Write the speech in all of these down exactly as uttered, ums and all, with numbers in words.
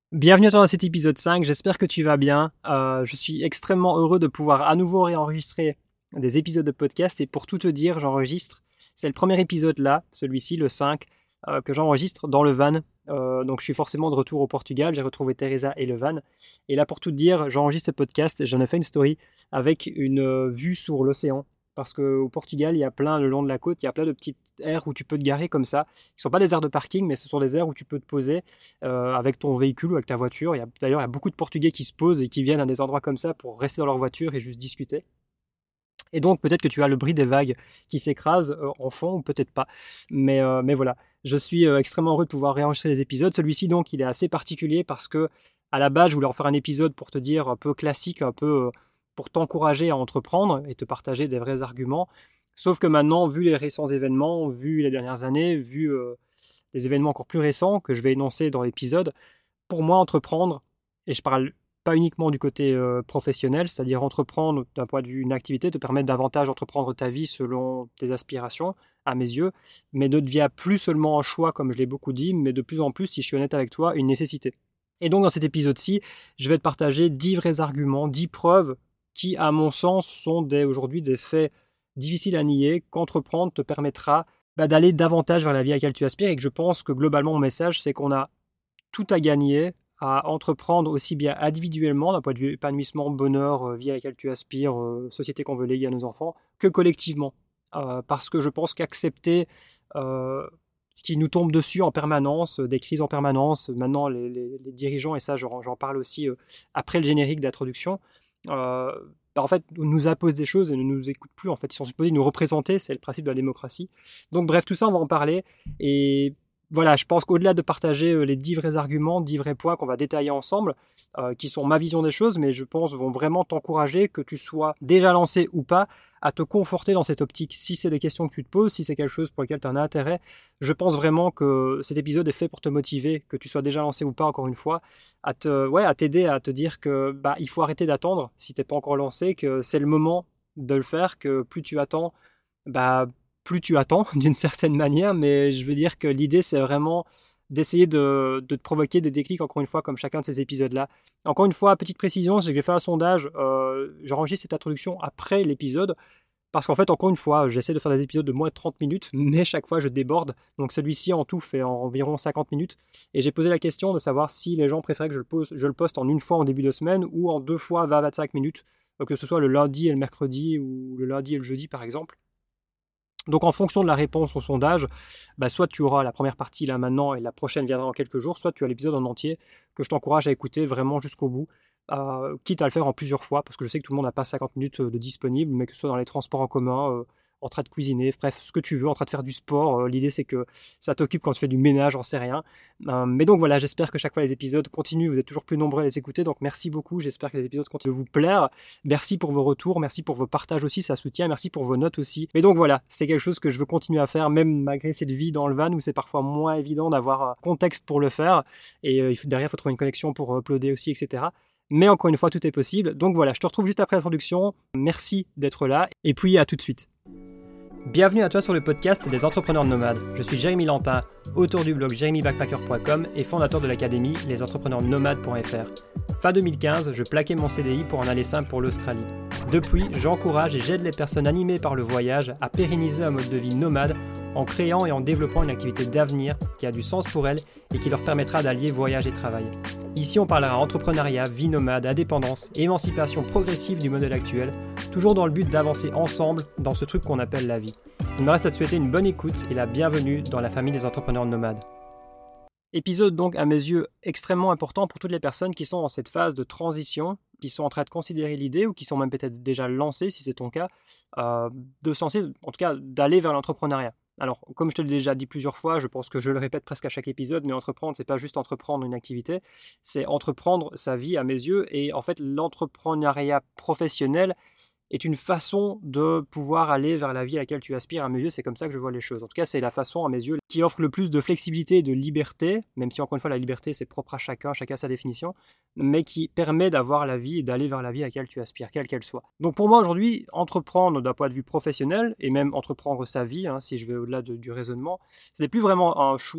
Bienvenue à toi dans cet épisode cinq, j'espère que tu vas bien. Euh, je suis extrêmement heureux de pouvoir à nouveau réenregistrer des épisodes de podcast et pour tout te dire, j'enregistre, c'est le premier épisode là, celui-ci, le cinq, euh, que j'enregistre dans le van. Euh, donc je suis forcément de retour au Portugal, j'ai retrouvé Teresa et le van. Et là pour tout te dire, j'enregistre ce podcast et j'en ai fait une story avec une euh, vue sur l'océan. Parce qu'au Portugal, il y a plein, le long de la côte, il y a plein de petites aires où tu peux te garer comme ça. Ce ne sont pas des aires de parking, mais ce sont des aires où tu peux te poser euh, avec ton véhicule ou avec ta voiture. Il y a, d'ailleurs, il y a beaucoup de Portugais qui se posent et qui viennent à des endroits comme ça pour rester dans leur voiture et juste discuter. Et donc, peut-être que tu as le bruit des vagues qui s'écrasent euh, en fond, ou peut-être pas. Mais, euh, mais voilà, je suis euh, extrêmement heureux de pouvoir réenregistrer les épisodes. Celui-ci, donc, il est assez particulier parce que, à la base, je voulais en faire un épisode pour te dire un peu classique, un peu euh, pour t'encourager à entreprendre et te partager des vrais arguments. Sauf que maintenant, vu les récents événements, vu les dernières années, vu euh, des événements encore plus récents que je vais énoncer dans l'épisode, pour moi, entreprendre, et je parle pas uniquement du côté euh, professionnel, c'est-à-dire entreprendre d'un point de vue une activité te permet davantage d'entreprendre ta vie selon tes aspirations, à mes yeux, mais ne devient plus seulement un choix, comme je l'ai beaucoup dit, mais de plus en plus, si je suis honnête avec toi, une nécessité. Et donc dans cet épisode-ci, je vais te partager dix vrais arguments, dix preuves qui, à mon sens, sont des, aujourd'hui des faits difficiles à nier, qu'entreprendre te permettra bah, d'aller davantage vers la vie à laquelle tu aspires, et que je pense que globalement mon message, c'est qu'on a tout à gagner à entreprendre aussi bien individuellement, d'un point de vue épanouissement, bonheur, euh, vie à laquelle tu aspires, euh, société qu'on veut léguer à nos enfants, que collectivement. Euh, parce que je pense qu'accepter euh, ce qui nous tombe dessus en permanence, euh, des crises en permanence, maintenant les, les- les dirigeants, et ça j'en j'en parle aussi euh, après le générique d'introduction, euh, bah, en fait nous imposent des choses et ne nous écoutent plus. En fait, ils sont supposés nous représenter, c'est le principe de la démocratie. Donc bref, tout ça on va en parler. Et voilà, je pense qu'au-delà de partager euh, les dix vrais arguments, dix vrais points qu'on va détailler ensemble, euh, qui sont ma vision des choses, mais je pense vont vraiment t'encourager, que tu sois déjà lancé ou pas, à te conforter dans cette optique. Si c'est des questions que tu te poses, si c'est quelque chose pour lequel tu as un intérêt, je pense vraiment que cet épisode est fait pour te motiver, que tu sois déjà lancé ou pas, encore une fois, à te, ouais, à t'aider à te dire que bah, il faut arrêter d'attendre si tu n'es pas encore lancé, que c'est le moment de le faire, que plus tu attends, bah, plus tu attends d'une certaine manière, mais je veux dire que l'idée, c'est vraiment d'essayer de, de te provoquer des déclics, encore une fois, comme chacun de ces épisodes-là. Encore une fois, petite précision, c'est que j'ai fait un sondage, euh, j'enregistre cette introduction après l'épisode, parce qu'en fait, encore une fois, j'essaie de faire des épisodes de moins de trente minutes, mais chaque fois, je déborde. Donc celui-ci, en tout, fait environ cinquante minutes. Et j'ai posé la question de savoir si les gens préféraient que je le, pose, je le poste en une fois en début de semaine ou en deux fois vingt à vingt-cinq minutes, que ce soit le lundi et le mercredi ou le lundi et le jeudi, par exemple. Donc en fonction de la réponse au sondage, bah, soit tu auras la première partie là maintenant et la prochaine viendra dans quelques jours, soit tu as l'épisode en entier que je t'encourage à écouter vraiment jusqu'au bout, euh, quitte à le faire en plusieurs fois, parce que je sais que tout le monde n'a pas cinquante minutes de disponible, mais que ce soit dans les transports en commun, euh, en train de cuisiner, bref, ce que tu veux, en train de faire du sport. Euh, l'idée c'est que ça t'occupe quand tu fais du ménage, j'en sais rien. Euh, mais donc voilà, j'espère que chaque fois les épisodes continuent, vous êtes toujours plus nombreux à les écouter, donc merci beaucoup, j'espère que les épisodes continuent de vous plaire. Merci pour vos retours, merci pour vos partages aussi, ça soutient, merci pour vos notes aussi. Mais donc voilà, c'est quelque chose que je veux continuer à faire, même malgré cette vie dans le van où c'est parfois moins évident d'avoir un contexte pour le faire. Et euh, derrière, il faut trouver une connexion pour uploader aussi, et cetera. Mais encore une fois, tout est possible. Donc voilà, je te retrouve juste après l'introduction. Merci d'être là. Et puis à tout de suite. Bienvenue à toi sur le podcast des entrepreneurs nomades. Je suis Jérémy Lantin, auteur du blog jeremy backpacker point com et fondateur de l'académie les entrepreneurs nomades point f r. Fin deux mille quinze, je plaquais mon C D I pour en aller simple pour l'Australie. Depuis, j'encourage et j'aide les personnes animées par le voyage à pérenniser un mode de vie nomade en créant et en développant une activité d'avenir qui a du sens pour elles et qui leur permettra d'allier voyage et travail. Ici, on parlera entrepreneuriat, vie nomade, indépendance et émancipation progressive du modèle actuel, toujours dans le but d'avancer ensemble dans ce truc qu'on appelle la vie. Il me reste à te souhaiter une bonne écoute et la bienvenue dans la famille des entrepreneurs nomades. Épisode donc à mes yeux extrêmement important pour toutes les personnes qui sont dans cette phase de transition, qui sont en train de considérer l'idée ou qui sont même peut-être déjà lancées, si c'est ton cas, euh, de se lancer, en tout cas d'aller vers l'entrepreneuriat. Alors, comme je te l'ai déjà dit plusieurs fois, je pense que je le répète presque à chaque épisode, mais entreprendre, c'est pas juste entreprendre une activité, c'est entreprendre sa vie à mes yeux. Et en fait, l'entrepreneuriat professionnel est une façon de pouvoir aller vers la vie à laquelle tu aspires. À mes yeux, c'est comme ça que je vois les choses. En tout cas, c'est la façon, à mes yeux, qui offre le plus de flexibilité et de liberté, même si, encore une fois, la liberté, c'est propre à chacun, chacun a sa définition, mais qui permet d'avoir la vie et d'aller vers la vie à laquelle tu aspires, quelle qu'elle soit. Donc pour moi, aujourd'hui, entreprendre d'un point de vue professionnel, et même entreprendre sa vie, hein, si je vais au-delà de, du raisonnement, ce n'est plus vraiment un choix,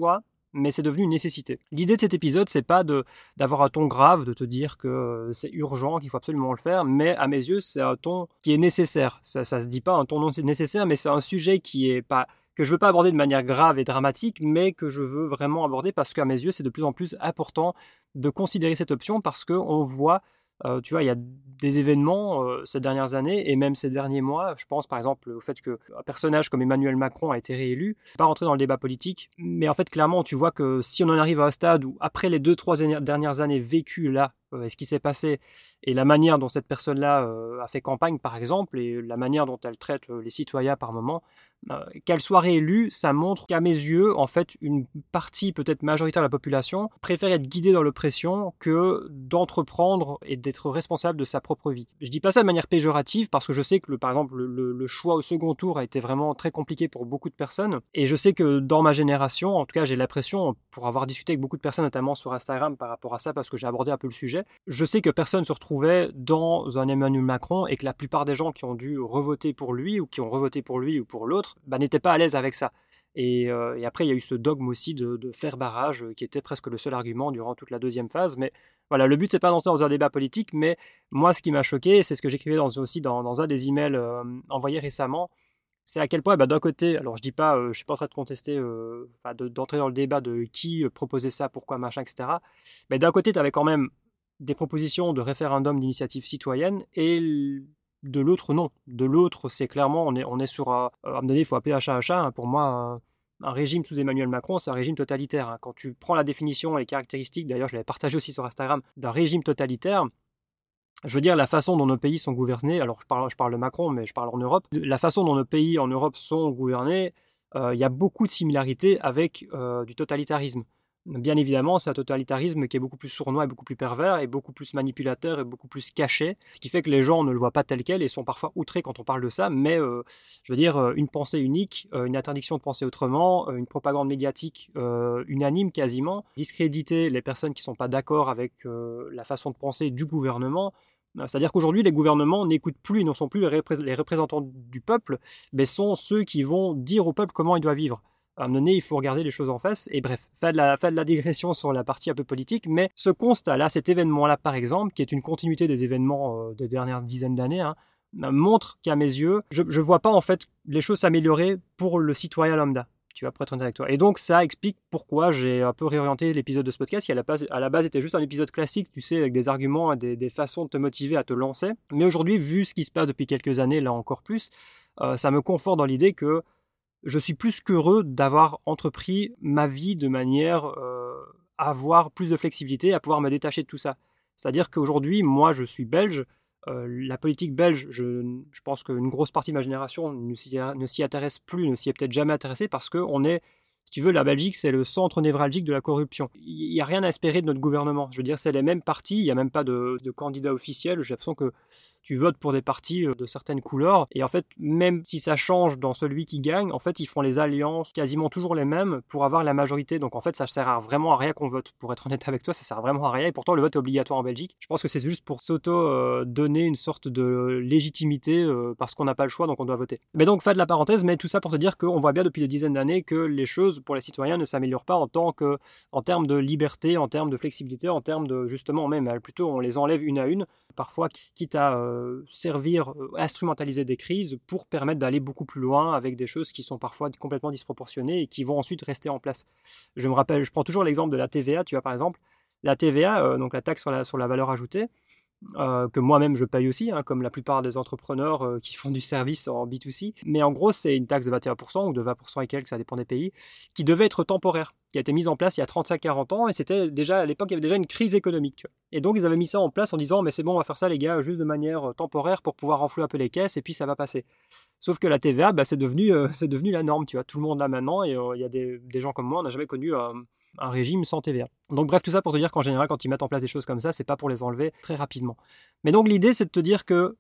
mais c'est devenu une nécessité. L'idée de cet épisode, c'est pas de, d'avoir un ton grave, de te dire que c'est urgent, qu'il faut absolument le faire, mais à mes yeux, c'est un ton qui est nécessaire. Ça, ça se dit pas un ton non nécessaire, mais c'est un sujet qui est pas que je veux pas aborder de manière grave et dramatique, mais que je veux vraiment aborder parce qu'à mes yeux, c'est de plus en plus important de considérer cette option parce qu'on voit, euh, tu vois, il y a des événements euh, ces dernières années et même ces derniers mois. Je pense par exemple au fait qu'un personnage comme Emmanuel Macron a été réélu. Je ne vais pas rentrer dans le débat politique, mais en fait, clairement, tu vois que si on en arrive à un stade où, après les deux, trois dernières années vécues là, euh, et ce qui s'est passé et la manière dont cette personne-là euh, a fait campagne, par exemple, et la manière dont elle traite euh, les citoyens par moment, euh, qu'elle soit réélue, ça montre qu'à mes yeux, en fait, une partie peut-être majoritaire de la population préfère être guidée dans l'oppression que d'entreprendre et d'être responsable de sa propre vie. Je dis pas ça de manière péjorative parce que je sais que, le, par exemple, le, le choix au second tour a été vraiment très compliqué pour beaucoup de personnes. Et je sais que dans ma génération, en tout cas, j'ai l'impression, pour avoir discuté avec beaucoup de personnes, notamment sur Instagram par rapport à ça, parce que j'ai abordé un peu le sujet, je sais que personne ne se retrouvait dans un Emmanuel Macron et que la plupart des gens qui ont dû revoter pour lui ou qui ont revoté pour lui ou pour l'autre bah, n'étaient pas à l'aise avec ça. Et, euh, et après, il y a eu ce dogme aussi de, de faire barrage, euh, qui était presque le seul argument durant toute la deuxième phase. Mais voilà, le but, c'est pas d'entrer dans un débat politique, mais moi, ce qui m'a choqué, c'est ce que j'écrivais dans, aussi dans, dans un des emails euh, envoyés récemment, c'est à quel point, bah, d'un côté, alors je dis pas, euh, je suis pas en train de contester, euh, de, d'entrer dans le débat de qui euh, proposait ça, pourquoi, machin, et cetera. Mais d'un côté, tu avais quand même des propositions de référendum d'initiative citoyenne et de l'autre, non. De l'autre, c'est clairement, on est, on est sur un... À un moment donné, il faut appeler un chat un chat. Hein. Pour moi, un, un régime sous Emmanuel Macron, c'est un régime totalitaire. Hein. Quand tu prends la définition et les caractéristiques, d'ailleurs, je l'avais partagé aussi sur Instagram, d'un régime totalitaire, je veux dire, la façon dont nos pays sont gouvernés, alors je parle, je parle de Macron, mais je parle en Europe, la façon dont nos pays en Europe sont gouvernés, euh, il y a beaucoup de similarités avec euh, du totalitarisme. Bien évidemment, c'est un totalitarisme qui est beaucoup plus sournois et beaucoup plus pervers et beaucoup plus manipulateur et beaucoup plus caché, ce qui fait que les gens ne le voient pas tel quel et sont parfois outrés quand on parle de ça, mais euh, je veux dire, une pensée unique, euh, une interdiction de penser autrement, euh, une propagande médiatique euh, unanime quasiment, discréditer les personnes qui ne sont pas d'accord avec euh, la façon de penser du gouvernement. C'est-à-dire qu'aujourd'hui, les gouvernements n'écoutent plus, ne sont plus les, repré- les représentants du peuple, mais sont ceux qui vont dire au peuple comment il doit vivre. À un moment donné, il faut regarder les choses en face. Et bref, faire de, la, faire de la digression sur la partie un peu politique, mais ce constat-là, cet événement-là, par exemple, qui est une continuité des événements euh, des dernières dizaines d'années, hein, montre qu'à mes yeux, je ne vois pas en fait les choses s'améliorer pour le citoyen lambda. Tu vas, pour être honnête avec toi. Et donc, ça explique pourquoi j'ai un peu réorienté l'épisode de ce podcast, qui à la base, à la base était juste un épisode classique, tu sais, avec des arguments et des, des façons de te motiver à te lancer. Mais aujourd'hui, vu ce qui se passe depuis quelques années, là encore plus, euh, ça me conforte dans l'idée que je suis plus qu'heureux d'avoir entrepris ma vie de manière euh, à avoir plus de flexibilité, à pouvoir me détacher de tout ça. C'est-à-dire qu'aujourd'hui, moi, je suis belge. Euh, la politique belge, je, je pense qu'une grosse partie de ma génération ne s'y, ne s'y intéresse plus, ne s'y est peut-être jamais intéressée parce qu'on est, si tu veux, la Belgique, c'est le centre névralgique de la corruption. Il n'y a rien à espérer de notre gouvernement. Je veux dire, c'est les mêmes partis, il n'y a même pas de, de candidat officiel. J'ai l'impression que tu votes pour des partis de certaines couleurs. Et en fait, même si ça change dans celui qui gagne, en fait, ils font les alliances quasiment toujours les mêmes pour avoir la majorité. Donc en fait, ça sert à vraiment à rien qu'on vote. Pour être honnête avec toi, ça sert vraiment à rien. Et pourtant, le vote est obligatoire en Belgique. Je pense que c'est juste pour s'auto-donner une sorte de légitimité parce qu'on n'a pas le choix, donc on doit voter. Mais donc, fin de la parenthèse, mais tout ça pour te dire qu'on voit bien depuis des dizaines d'années que les choses pour les citoyens ne s'améliorent pas en tant que, en termes de liberté, en termes de flexibilité, en termes de justement même, plutôt on les enlève une à une, parfois quitte à euh, servir, euh, instrumentaliser des crises pour permettre d'aller beaucoup plus loin avec des choses qui sont parfois complètement disproportionnées et qui vont ensuite rester en place. Je me rappelle, je prends toujours l'exemple de la T V A, tu vois par exemple, la T V A, euh, donc la taxe sur la, sur la valeur ajoutée, Euh, que moi-même je paye aussi, hein, comme la plupart des entrepreneurs euh, qui font du service en B deux C. Mais en gros, c'est une taxe de vingt et un pour cent ou de vingt pour cent et quelques, ça dépend des pays, qui devait être temporaire, qui a été mise en place il y a trente-cinq à quarante ans, et c'était déjà, à l'époque, il y avait déjà une crise économique. Tu vois. Et donc, ils avaient mis ça en place en disant, mais c'est bon, on va faire ça, les gars, juste de manière temporaire pour pouvoir renflouer un peu les caisses, et puis ça va passer. Sauf que la T V A, bah, c'est devenu, euh, c'est devenu la norme, tu vois. Tout le monde l'a maintenant, et euh, il y a des, des gens comme moi, on n'a jamais connu un... Euh, un régime sans T V A. Donc bref, tout ça pour te dire qu'en général, quand ils mettent en place des choses comme ça, c'est pas pour les enlever très rapidement. Mais donc l'idée, c'est de te dire que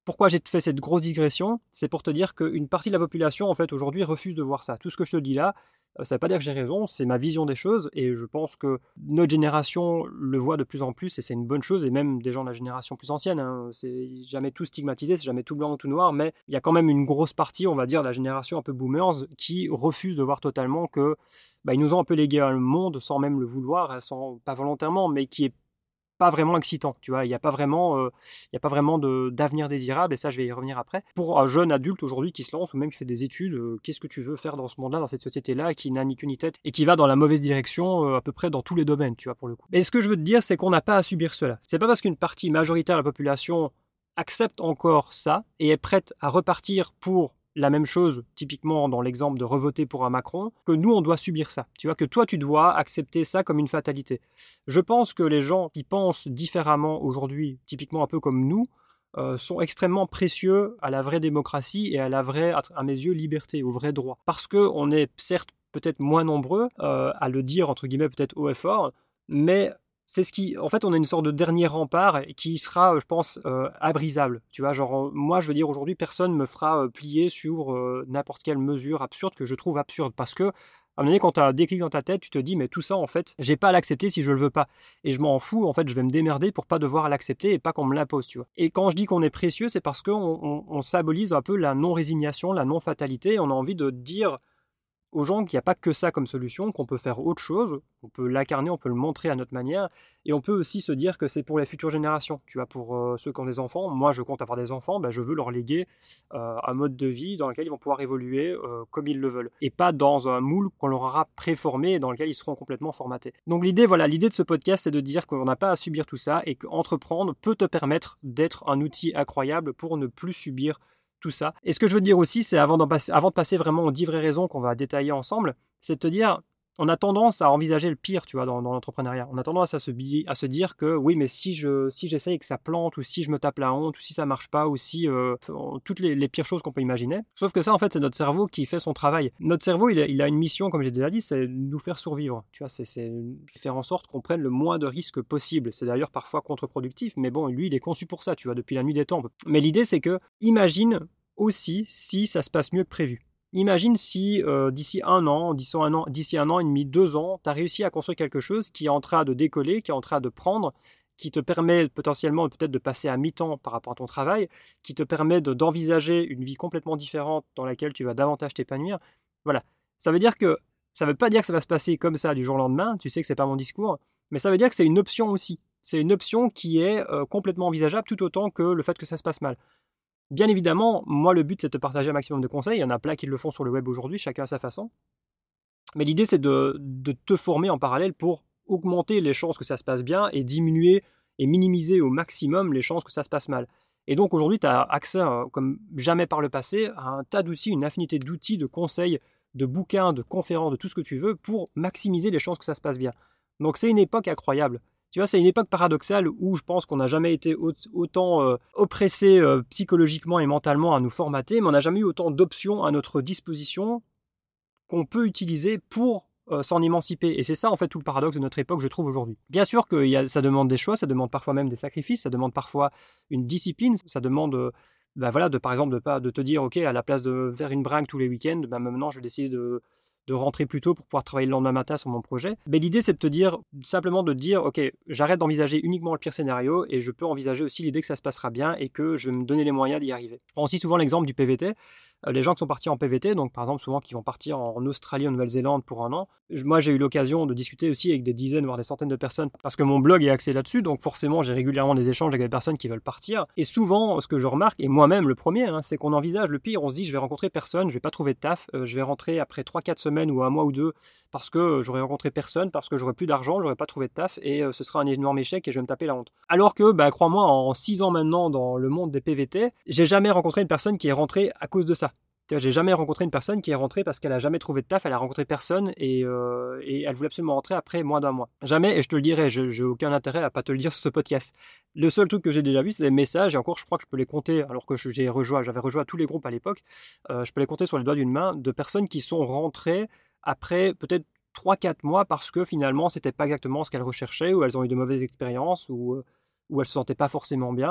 pourquoi j'ai fait cette grosse digression? C'est pour te dire qu'une partie de la population, en fait, aujourd'hui, refuse de voir ça. Tout ce que je te dis là, euh, ça ne veut pas dire que j'ai raison, c'est ma vision des choses, et je pense que notre génération le voit de plus en plus, et c'est une bonne chose, et même des gens de la génération plus ancienne, hein, c'est jamais tout stigmatisé, c'est jamais tout blanc ou tout noir, mais il y a quand même une grosse partie, on va dire, de la génération un peu boomers, qui refuse de voir totalement que bah, ils nous ont un peu légué un monde sans même le vouloir, sans, pas volontairement, mais qui est pas vraiment excitant, tu vois, il n'y a pas vraiment, euh, il y a pas vraiment de, d'avenir désirable, et ça je vais y revenir après. Pour un jeune adulte aujourd'hui qui se lance ou même qui fait des études, euh, qu'est-ce que tu veux faire dans ce monde-là, dans cette société-là, qui n'a ni queue ni tête et qui va dans la mauvaise direction euh, à peu près dans tous les domaines, tu vois, pour le coup. Et ce que je veux te dire, c'est qu'on n'a pas à subir cela. C'est pas parce qu'une partie majoritaire de la population accepte encore ça et est prête à repartir pour la même chose, typiquement dans l'exemple de revoter pour un Macron, que nous, on doit subir ça. Tu vois, que toi, tu dois accepter ça comme une fatalité. Je pense que les gens qui pensent différemment aujourd'hui, typiquement un peu comme nous, euh, sont extrêmement précieux à la vraie démocratie et à la vraie, à mes yeux, liberté, au vrai droit. Parce qu'on est certes peut-être moins nombreux euh, à le dire, entre guillemets, peut-être haut et fort, mais c'est ce qui, en fait, on a une sorte de dernier rempart qui sera, je pense, euh, abrisable. Tu vois, genre, euh, moi, je veux dire, aujourd'hui, personne me fera euh, plier sur euh, n'importe quelle mesure absurde que je trouve absurde. Parce que, à un moment donné, quand tu as un déclic dans ta tête, tu te dis, mais tout ça, en fait, j'ai pas à l'accepter si je le veux pas. Et je m'en fous, en fait, je vais me démerder pour pas devoir l'accepter et pas qu'on me l'impose, tu vois. Et quand je dis qu'on est précieux, c'est parce qu'on on, on symbolise un peu la non-résignation, la non-fatalité. On a envie de dire aux gens qu'il n'y a pas que ça comme solution, qu'on peut faire autre chose, on peut l'incarner, on peut le montrer à notre manière, et on peut aussi se dire que c'est pour les futures générations. Tu vois, pour euh, ceux qui ont des enfants, moi je compte avoir des enfants, ben, je veux leur léguer euh, un mode de vie dans lequel ils vont pouvoir évoluer euh, comme ils le veulent, et pas dans un moule qu'on leur aura préformé et dans lequel ils seront complètement formatés. Donc l'idée, voilà, l'idée de ce podcast, c'est de dire qu'on n'a pas à subir tout ça, et qu'entreprendre peut te permettre d'être un outil incroyable pour ne plus subir tout ça. Et ce que je veux dire aussi, c'est avant, passer, avant de passer vraiment aux dix vraies raisons qu'on va détailler ensemble, c'est de te dire, on a tendance à envisager le pire, tu vois, dans, dans l'entrepreneuriat. On a tendance à se, à se dire que oui, mais si je si j'essaye et que ça plante, ou si je me tape la honte, ou si ça marche pas, ou si euh, toutes les, les pires choses qu'on peut imaginer. Sauf que ça, en fait, c'est notre cerveau qui fait son travail. Notre cerveau, il a, il a une mission, comme j'ai déjà dit, c'est nous faire survivre. Tu vois, c'est, c'est faire en sorte qu'on prenne le moins de risques possible. C'est d'ailleurs parfois contre-productif, mais bon, lui, il est conçu pour ça, tu vois, depuis la nuit des temps. Mais l'idée, c'est que, imagine aussi si ça se passe mieux que prévu. Imagine si euh, d'ici un an, d'ici un an, d'ici un an et demi, deux ans, tu as réussi à construire quelque chose qui est en train de décoller, qui est en train de prendre, qui te permet potentiellement peut-être de passer à mi-temps par rapport à ton travail, qui te permet de, d'envisager une vie complètement différente dans laquelle tu vas davantage t'épanouir. Voilà. Ça veut dire que ça ne veut pas dire que ça va se passer comme ça du jour au lendemain, tu sais que ce n'est pas mon discours, mais ça veut dire que c'est une option aussi. C'est une option qui est euh, complètement envisageable tout autant que le fait que ça se passe mal. Bien évidemment, moi, le but, c'est de te partager un maximum de conseils. Il y en a plein qui le font sur le web aujourd'hui, chacun à sa façon. Mais l'idée, c'est de, de te former en parallèle pour augmenter les chances que ça se passe bien et diminuer et minimiser au maximum les chances que ça se passe mal. Et donc, aujourd'hui, tu as accès, comme jamais par le passé, à un tas d'outils, une infinité d'outils, de conseils, de bouquins, de conférences, de tout ce que tu veux pour maximiser les chances que ça se passe bien. Donc, c'est une époque incroyable. Tu vois, c'est une époque paradoxale où je pense qu'on n'a jamais été autant euh, oppressé euh, psychologiquement et mentalement à nous formater, mais on n'a jamais eu autant d'options à notre disposition qu'on peut utiliser pour euh, s'en émanciper. Et c'est ça, en fait, tout le paradoxe de notre époque, je trouve, aujourd'hui. Bien sûr que y a, ça demande des choix, ça demande parfois même des sacrifices, ça demande parfois une discipline, ça demande... Euh, ben voilà, de, par exemple, de, pas, de te dire, OK, à la place de faire une bringue tous les week-ends, ben maintenant, je vais décider de... de rentrer plus tôt pour pouvoir travailler le lendemain matin sur mon projet. Mais l'idée, c'est de te dire, simplement de te dire, ok, j'arrête d'envisager uniquement le pire scénario et je peux envisager aussi l'idée que ça se passera bien et que je vais me donner les moyens d'y arriver. Je prends aussi souvent l'exemple du P V T. Les gens qui sont partis en P V T, donc par exemple souvent qui vont partir en Australie, en Nouvelle-Zélande pour un an. Moi, j'ai eu l'occasion de discuter aussi avec des dizaines, voire des centaines de personnes parce que mon blog est axé là-dessus, donc forcément, j'ai régulièrement des échanges avec des personnes qui veulent partir. Et souvent, ce que je remarque, et moi-même le premier, hein, c'est qu'on envisage le pire. On se dit, je vais rencontrer personne, je vais pas trouver de taf, euh, je vais rentrer après trois quatre semaines ou un mois ou deux parce que j'aurais rencontré personne, parce que j'aurais plus d'argent, j'aurais pas trouvé de taf et euh, ce sera un énorme échec et je vais me taper la honte. Alors que, bah, crois-moi, en six ans maintenant dans le monde des P V T, j'ai jamais rencontré une personne qui est rentrée à cause de ça. J'ai jamais rencontré une personne qui est rentrée parce qu'elle a jamais trouvé de taf, elle a rencontré personne et, euh, et elle voulait absolument rentrer après moins d'un mois. Jamais, et je te le dirai, je j'ai aucun intérêt à pas te le dire sur ce podcast. Le seul truc que j'ai déjà vu, c'est des messages, et encore je crois que je peux les compter, alors que j'ai rejoint, j'avais rejoint tous les groupes à l'époque, euh, je peux les compter sur les doigts d'une main, de personnes qui sont rentrées après peut-être trois quatre mois parce que finalement c'était pas exactement ce qu'elles recherchaient, ou elles ont eu de mauvaises expériences, ou, ou elles se sentaient pas forcément bien.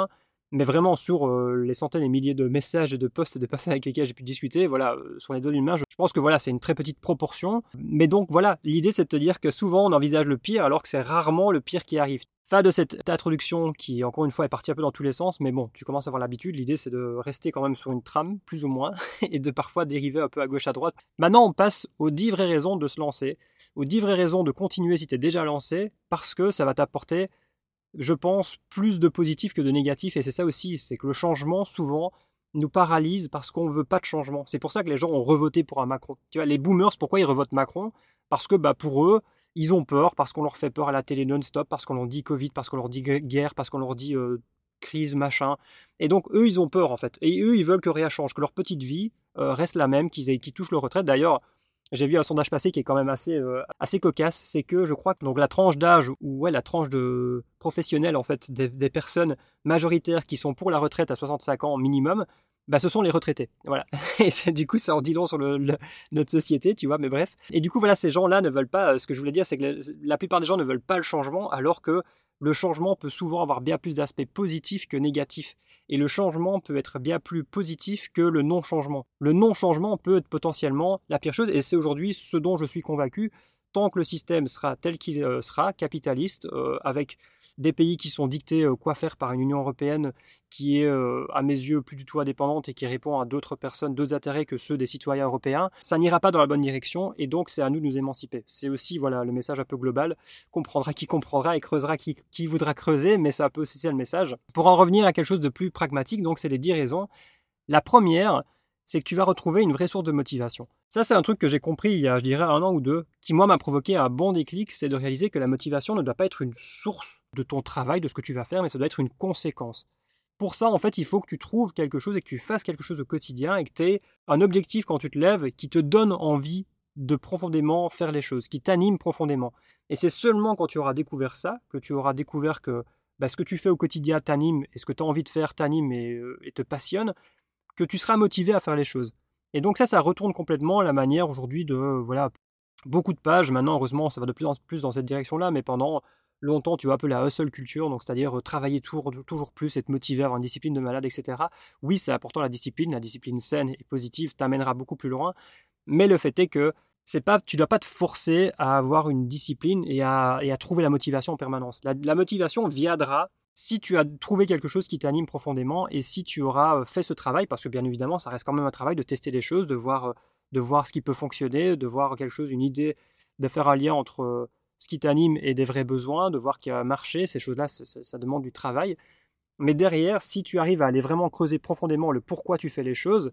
Mais vraiment sur euh, les centaines et milliers de messages et de posts de personnes avec lesquelles j'ai pu discuter, voilà, euh, sur les doigts d'une main, je, je pense que voilà, c'est une très petite proportion. Mais donc voilà, l'idée c'est de te dire que souvent on envisage le pire alors que c'est rarement le pire qui arrive. Fin de cette introduction qui, encore une fois, est partie un peu dans tous les sens, mais bon, tu commences à avoir l'habitude. L'idée, c'est de rester quand même sur une trame, plus ou moins, et de parfois dériver un peu à gauche, à droite. Maintenant, on passe aux dix vraies raisons de se lancer, aux dix vraies raisons de continuer si tu es déjà lancé, parce que ça va t'apporter, je pense, plus de positif que de négatif, et c'est ça aussi, c'est que le changement, souvent, nous paralyse parce qu'on ne veut pas de changement. C'est pour ça que les gens ont revoté pour un Macron. Tu vois, les boomers, pourquoi ils revotent Macron? Parce que bah, pour eux, ils ont peur, parce qu'on leur fait peur à la télé non-stop, parce qu'on leur dit Covid, parce qu'on leur dit guerre, parce qu'on leur dit euh, crise, machin. Et donc, eux, ils ont peur, en fait. Et eux, ils veulent que rien change, que leur petite vie euh, reste la même, qu'ils, aient, qu'ils touchent leur retraite. D'ailleurs, j'ai vu un sondage passé qui est quand même assez, euh, assez cocasse. C'est que je crois que donc, la tranche d'âge, ou ouais, la tranche de professionnels, en fait, des, des personnes majoritaires qui sont pour la retraite à soixante-cinq ans minimum, bah, ce sont les retraités. Voilà. Et c'est, du coup, ça en dit long sur le, le, notre société, tu vois, mais bref. Et du coup, voilà, ces gens-là ne veulent pas, ce que je voulais dire, c'est que la, la plupart des gens ne veulent pas le changement, alors que le changement peut souvent avoir bien plus d'aspects positifs que négatifs. Et le changement peut être bien plus positif que le non-changement. Le non-changement peut être potentiellement la pire chose, et c'est aujourd'hui ce dont je suis convaincu. Tant que le système sera tel qu'il euh, sera, capitaliste, euh, avec des pays qui sont dictés euh, quoi faire par une Union européenne qui est, euh, à mes yeux, plus du tout indépendante et qui répond à d'autres personnes, d'autres intérêts que ceux des citoyens européens, ça n'ira pas dans la bonne direction, et donc c'est à nous de nous émanciper. C'est aussi voilà, le message un peu global, comprendra qui comprendra et creusera qui, qui voudra creuser, mais c'est un peu aussi ça le message. Pour en revenir à quelque chose de plus pragmatique, donc c'est les dix raisons. La première, c'est que tu vas retrouver une vraie source de motivation. Ça, c'est un truc que j'ai compris il y a, je dirais, un an ou deux, qui, moi, m'a provoqué un bon déclic, c'est de réaliser que la motivation ne doit pas être une source de ton travail, de ce que tu vas faire, mais ça doit être une conséquence. Pour ça, en fait, il faut que tu trouves quelque chose et que tu fasses quelque chose au quotidien et que tu aies un objectif quand tu te lèves qui te donne envie de profondément faire les choses, qui t'anime profondément. Et c'est seulement quand tu auras découvert ça, que tu auras découvert que bah, ce que tu fais au quotidien t'anime et ce que tu as envie de faire t'anime et, euh, et te passionne, que tu seras motivé à faire les choses. Et donc ça, ça retourne complètement la manière aujourd'hui de, euh, voilà, beaucoup de pages, maintenant heureusement ça va de plus en plus dans cette direction-là, mais pendant longtemps tu vois un peu la hustle culture, donc c'est-à-dire euh, travailler toujours, toujours plus, être motivé, avoir une discipline de malade, et cetera. Oui, c'est important la discipline, la discipline saine et positive t'amènera beaucoup plus loin, mais le fait est que c'est pas, tu ne dois pas te forcer à avoir une discipline et à, et à trouver la motivation en permanence. La, la motivation viendra si tu as trouvé quelque chose qui t'anime profondément et si tu auras fait ce travail, parce que bien évidemment, ça reste quand même un travail de tester les choses, de voir, de voir ce qui peut fonctionner, de voir quelque chose, une idée, de faire un lien entre ce qui t'anime et des vrais besoins, de voir qu'il y a un marché, ces choses-là, ça, ça demande du travail. Mais derrière, si tu arrives à aller vraiment creuser profondément le pourquoi tu fais les choses,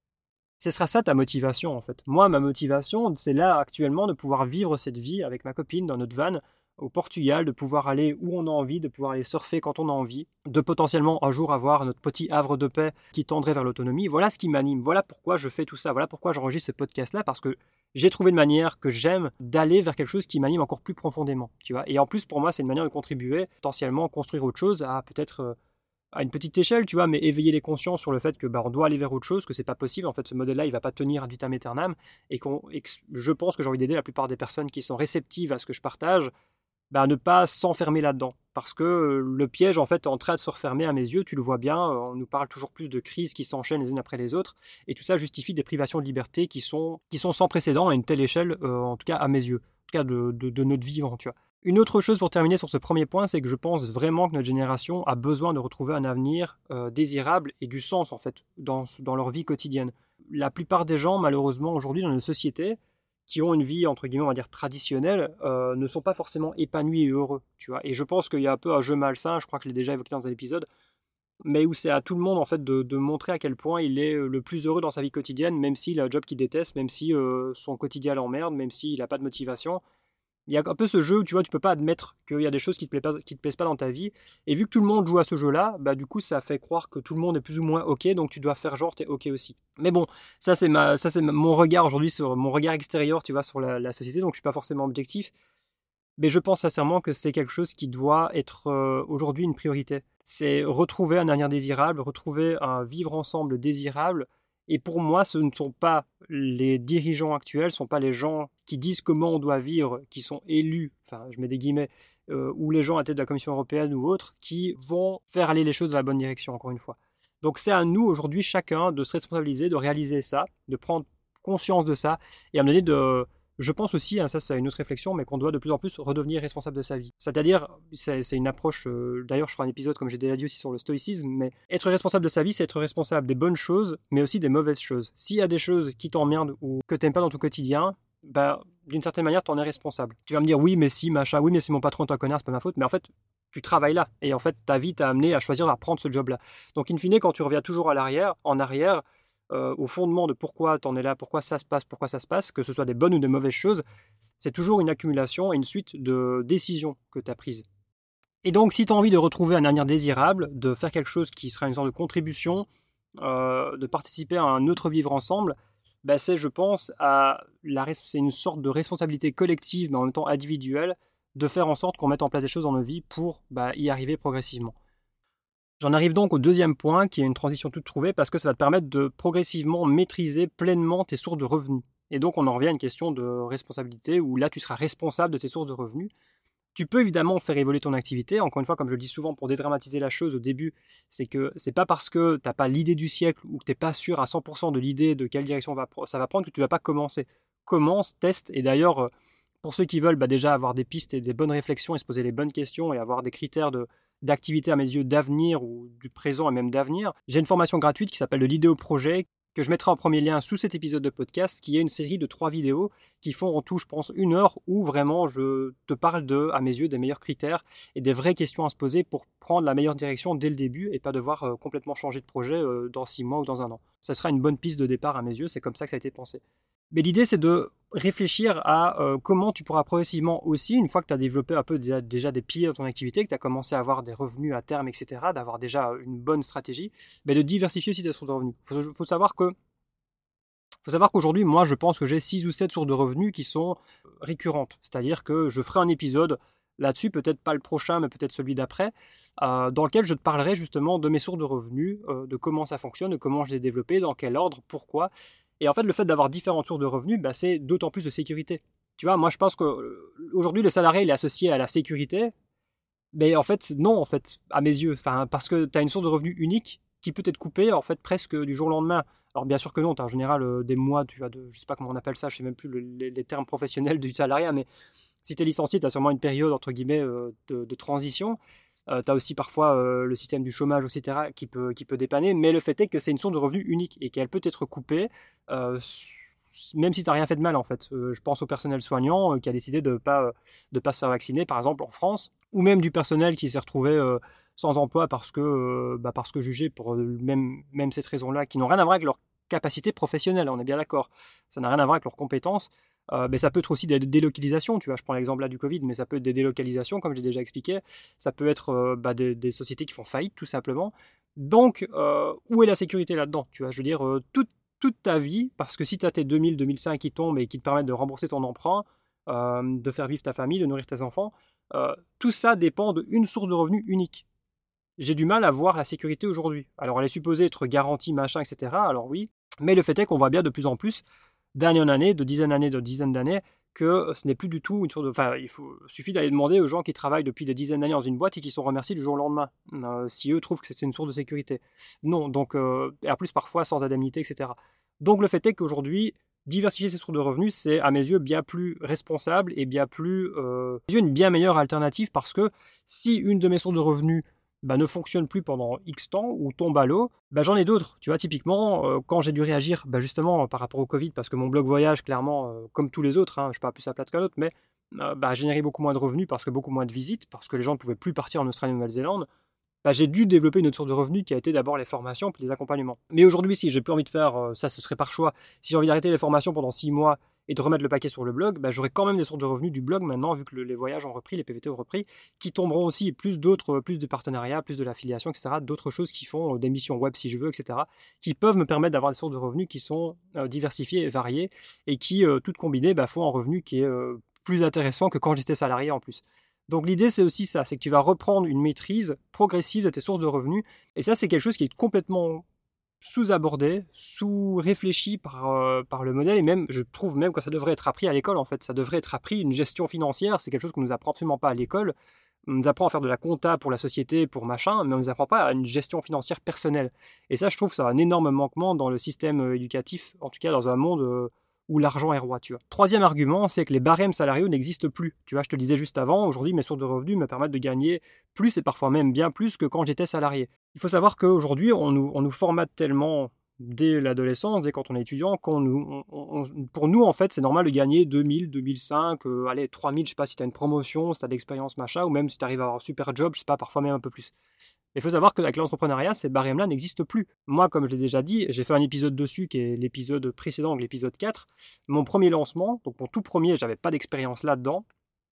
ce sera ça ta motivation en fait. Moi, ma motivation, c'est là actuellement de pouvoir vivre cette vie avec ma copine dans notre van au Portugal, de pouvoir aller où on a envie, de pouvoir aller surfer quand on a envie, de potentiellement un jour avoir notre petit havre de paix qui tendrait vers l'autonomie. Voilà ce qui m'anime, voilà pourquoi je fais tout ça, voilà pourquoi j'enregistre ce podcast-là, parce que j'ai trouvé une manière que j'aime d'aller vers quelque chose qui m'anime encore plus profondément, tu vois. Et en plus, pour moi, c'est une manière de contribuer, potentiellement construire autre chose, à peut-être... Euh, à une petite échelle, tu vois, mais éveiller les consciences sur le fait que bah, on doit aller vers autre chose, que c'est pas possible. En fait, ce modèle-là, il va pas tenir ad vitam aeternam, et, qu'on, et que je pense que j'ai envie d'aider la plupart des personnes qui sont réceptives à ce que je partage, bah, à ne pas s'enfermer là-dedans, parce que euh, le piège, en fait, est en train de se refermer à mes yeux. Tu le vois bien, euh, on nous parle toujours plus de crises qui s'enchaînent les unes après les autres, et tout ça justifie des privations de liberté qui sont qui sont sans précédent à une telle échelle, euh, en tout cas à mes yeux, en tout cas de, de, de notre vivant, tu vois. Une autre chose pour terminer sur ce premier point, c'est que je pense vraiment que notre génération a besoin de retrouver un avenir euh, désirable et du sens en fait dans, dans leur vie quotidienne. La plupart des gens, malheureusement, aujourd'hui dans nos sociétés, qui ont une vie entre guillemets, on va dire traditionnelle, euh, ne sont pas forcément épanouis et heureux, tu vois. Et je pense qu'il y a un peu un jeu malsain, je crois que je l'ai déjà évoqué dans un épisode, mais où c'est à tout le monde en fait de, de montrer à quel point il est le plus heureux dans sa vie quotidienne, même s'il a un job qu'il déteste, même si euh, son quotidien l'emmerde, même s'il n'a pas de motivation. Il y a un peu ce jeu où tu vois, tu peux pas admettre qu'il y a des choses qui te, plaisent pas, qui te plaisent pas dans ta vie. Et vu que tout le monde joue à ce jeu-là, bah du coup ça fait croire que tout le monde est plus ou moins ok, donc tu dois faire genre t'es ok aussi. Mais bon, ça c'est ma, ça c'est mon regard aujourd'hui sur mon regard extérieur, tu vois, sur la, la société, donc je suis pas forcément objectif. Mais je pense sincèrement que c'est quelque chose qui doit être euh, aujourd'hui une priorité. C'est retrouver un avenir désirable, retrouver un vivre ensemble désirable, Et pour moi, ce ne sont pas les dirigeants actuels, ce ne sont pas les gens qui disent comment on doit vivre, qui sont élus, enfin je mets des guillemets, euh, ou les gens à tête de la Commission européenne ou autres, qui vont faire aller les choses dans la bonne direction, encore une fois. Donc c'est à nous aujourd'hui, chacun, de se responsabiliser, de réaliser ça, de prendre conscience de ça, et à un moment donné de... Je pense aussi, hein, ça c'est une autre réflexion, mais qu'on doit de plus en plus redevenir responsable de sa vie. C'est-à-dire, c'est, c'est une approche, euh, d'ailleurs je ferai un épisode comme j'ai déjà dit aussi sur le stoïcisme, mais être responsable de sa vie, c'est être responsable des bonnes choses, mais aussi des mauvaises choses. S'il y a des choses qui t'emmerdent ou que t'aimes pas dans ton quotidien, bah, d'une certaine manière, t'en es responsable. Tu vas me dire, oui, mais si, machin, oui, mais si mon patron est un connard, c'est pas ma faute, mais en fait, tu travailles là, et en fait, ta vie t'a amené à choisir à prendre ce job-là. Donc, in fine, quand tu reviens toujours à l'arrière, en arrière, Euh, au fondement de pourquoi tu en es là, pourquoi ça se passe, pourquoi ça se passe, que ce soit des bonnes ou des mauvaises choses, c'est toujours une accumulation et une suite de décisions que tu as prises. Et donc, si tu as envie de retrouver un avenir désirable, de faire quelque chose qui sera une sorte de contribution, euh, de participer à un autre vivre ensemble, bah c'est, je pense, à la, c'est une sorte de responsabilité collective, mais en même temps individuelle, de faire en sorte qu'on mette en place des choses dans nos vies pour bah, y arriver progressivement. J'en arrive donc au deuxième point, qui est une transition toute trouvée, parce que ça va te permettre de progressivement maîtriser pleinement tes sources de revenus. Et donc on en revient à une question de responsabilité, où là tu seras responsable de tes sources de revenus. Tu peux évidemment faire évoluer ton activité. Encore une fois, comme je le dis souvent, pour dédramatiser la chose au début, c'est que c'est pas parce que tu n'as pas l'idée du siècle ou que tu n'es pas sûr à cent pour cent de l'idée de quelle direction ça va prendre que tu ne vas pas commencer. Commence, teste, et d'ailleurs, pour ceux qui veulent bah, déjà avoir des pistes et des bonnes réflexions et se poser les bonnes questions et avoir des critères de, d'activité à mes yeux d'avenir ou du présent et même d'avenir, j'ai une formation gratuite qui s'appelle le l'idéo projet que je mettrai en premier lien sous cet épisode de podcast, qui est une série de trois vidéos qui font en tout, je pense, une heure où vraiment je te parle de, à mes yeux, des meilleurs critères et des vraies questions à se poser pour prendre la meilleure direction dès le début et pas devoir euh, complètement changer de projet euh, dans six mois ou dans un an. Ça sera une bonne piste de départ à mes yeux, c'est comme ça que ça a été pensé. Mais l'idée, c'est de réfléchir à euh, comment tu pourras progressivement aussi, une fois que tu as développé un peu déjà, déjà des piliers dans ton activité, que tu as commencé à avoir des revenus à terme, et cetera, d'avoir déjà une bonne stratégie, mais de diversifier aussi tes sources de revenus. Il faut, faut savoir que faut savoir qu'aujourd'hui, moi, je pense que j'ai six ou sept sources de revenus qui sont récurrentes. C'est-à-dire que je ferai un épisode là-dessus, peut-être pas le prochain, mais peut-être celui d'après, euh, dans lequel je te parlerai justement de mes sources de revenus, euh, de comment ça fonctionne, de comment je les ai développées, dans quel ordre, pourquoi. Et en fait, le fait d'avoir différentes sources de revenus, bah, c'est d'autant plus de sécurité. Tu vois, moi, je pense qu'aujourd'hui, le salarié, il est associé à la sécurité, mais en fait, non, en fait, à mes yeux. Enfin, parce que tu as une source de revenus unique qui peut être coupée, en fait, presque du jour au lendemain. Alors, bien sûr que non, tu as en général euh, des mois, tu vois, de, je sais pas comment on appelle ça, je sais même plus le, les, les termes professionnels du salariat, mais si tu es licencié, tu as sûrement une période, entre guillemets, euh, de, de transition. Euh, tu as aussi parfois euh, le système du chômage, et cetera, qui peut, qui peut dépanner, mais le fait est que c'est une source de revenus unique et qu'elle peut être coupée, euh, même si tu n'as rien fait de mal, en fait. Euh, je pense au personnel soignant euh, qui a décidé de ne pas, euh, de pas se faire vacciner, par exemple, en France, ou même du personnel qui s'est retrouvé euh, sans emploi parce que, euh, bah parce que jugé pour euh, même, même cette raison-là, qui n'ont rien à voir avec leur capacité professionnelle, on est bien d'accord. Ça n'a rien à voir avec leurs compétences. Euh, mais ça peut être aussi des délocalisations, tu vois, je prends l'exemple là du Covid, mais ça peut être des délocalisations, comme j'ai déjà expliqué, ça peut être euh, bah, des, des sociétés qui font faillite, tout simplement. Donc, euh, où est la sécurité là-dedans, tu vois, je veux dire, euh, toute, toute ta vie, parce que si tu as tes deux mille, deux mille cinq qui tombent et qui te permettent de rembourser ton emprunt, euh, de faire vivre ta famille, de nourrir tes enfants, euh, tout ça dépend d'une source de revenus unique. J'ai du mal à voir la sécurité aujourd'hui. Alors, elle est supposée être garantie, machin, et cetera, alors oui, mais le fait est qu'on voit bien de plus en plus d'année en année, de dizaine d'années, de dizaines d'années, que ce n'est plus du tout une sorte de... Enfin, il faut, suffit d'aller demander aux gens qui travaillent depuis des dizaines d'années dans une boîte et qui sont remerciés du jour au lendemain, euh, si eux trouvent que c'est une source de sécurité. Non, donc, euh, et en plus parfois sans indemnité, et cetera. Donc le fait est qu'aujourd'hui, diversifier ses sources de revenus, c'est à mes yeux bien plus responsable et bien plus... Euh, une bien meilleure alternative parce que si une de mes sources de revenus bah, ne fonctionne plus pendant X temps ou tombe à l'eau, bah, j'en ai d'autres. Tu vois, typiquement, euh, quand j'ai dû réagir bah, justement par rapport au Covid, parce que mon blog voyage, clairement, euh, comme tous les autres, hein, je ne suis pas plus à plate qu'un autre, mais euh, bah, générait beaucoup moins de revenus parce que beaucoup moins de visites, parce que les gens ne pouvaient plus partir en Australie ou en Nouvelle-Zélande. Bah, j'ai dû développer une autre source de revenus qui a été d'abord les formations puis les accompagnements. Mais aujourd'hui, si j'ai plus envie de faire, euh, ça ce serait par choix, si j'ai envie d'arrêter les formations pendant six mois et de remettre le paquet sur le blog, bah, j'aurai quand même des sources de revenus du blog maintenant, vu que le, les voyages ont repris, les P V T ont repris, qui tomberont aussi, plus d'autres, plus de partenariats, plus de l'affiliation, et cetera, d'autres choses qui font, euh, des missions web si je veux, et cetera, qui peuvent me permettre d'avoir des sources de revenus qui sont euh, diversifiées et variées, et qui, euh, toutes combinées, bah, font un revenu qui est euh, plus intéressant que quand j'étais salarié en plus. Donc l'idée, c'est aussi ça, c'est que tu vas reprendre une maîtrise progressive de tes sources de revenus. Et ça, c'est quelque chose qui est complètement sous-abordé, sous-réfléchi par, euh, par le modèle, et même, je trouve même que ça devrait être appris à l'école, en fait. Ça devrait être appris, une gestion financière, c'est quelque chose qu'on nous apprend absolument pas à l'école. On nous apprend à faire de la compta pour la société, pour machin, mais on nous apprend pas à une gestion financière personnelle. Et ça, je trouve, ça a un énorme manquement dans le système euh, éducatif, en tout cas dans un monde euh, où l'argent est roi, tu vois. Troisième argument, c'est que les barèmes salariaux n'existent plus. Tu vois, je te le disais juste avant, aujourd'hui, mes sources de revenus me permettent de gagner plus, et parfois même bien plus que quand j'étais salarié. Il faut savoir qu'aujourd'hui, on nous, on nous formate tellement dès l'adolescence, dès quand on est étudiant, qu'on nous, on, on, pour nous, en fait, c'est normal de gagner deux mille, deux mille cinq, euh, allez, trois mille, je sais pas si tu as une promotion, si tu as de l'expérience, machin, ou même si tu arrives à avoir un super job, je sais pas, parfois même un peu plus. Il faut savoir qu'avec l'entrepreneuriat, ces barèmes-là n'existent plus. Moi, comme je l'ai déjà dit, j'ai fait un épisode dessus, qui est l'épisode précédent, donc l'épisode quatre. Mon premier lancement, donc mon tout premier, j'avais pas d'expérience là-dedans,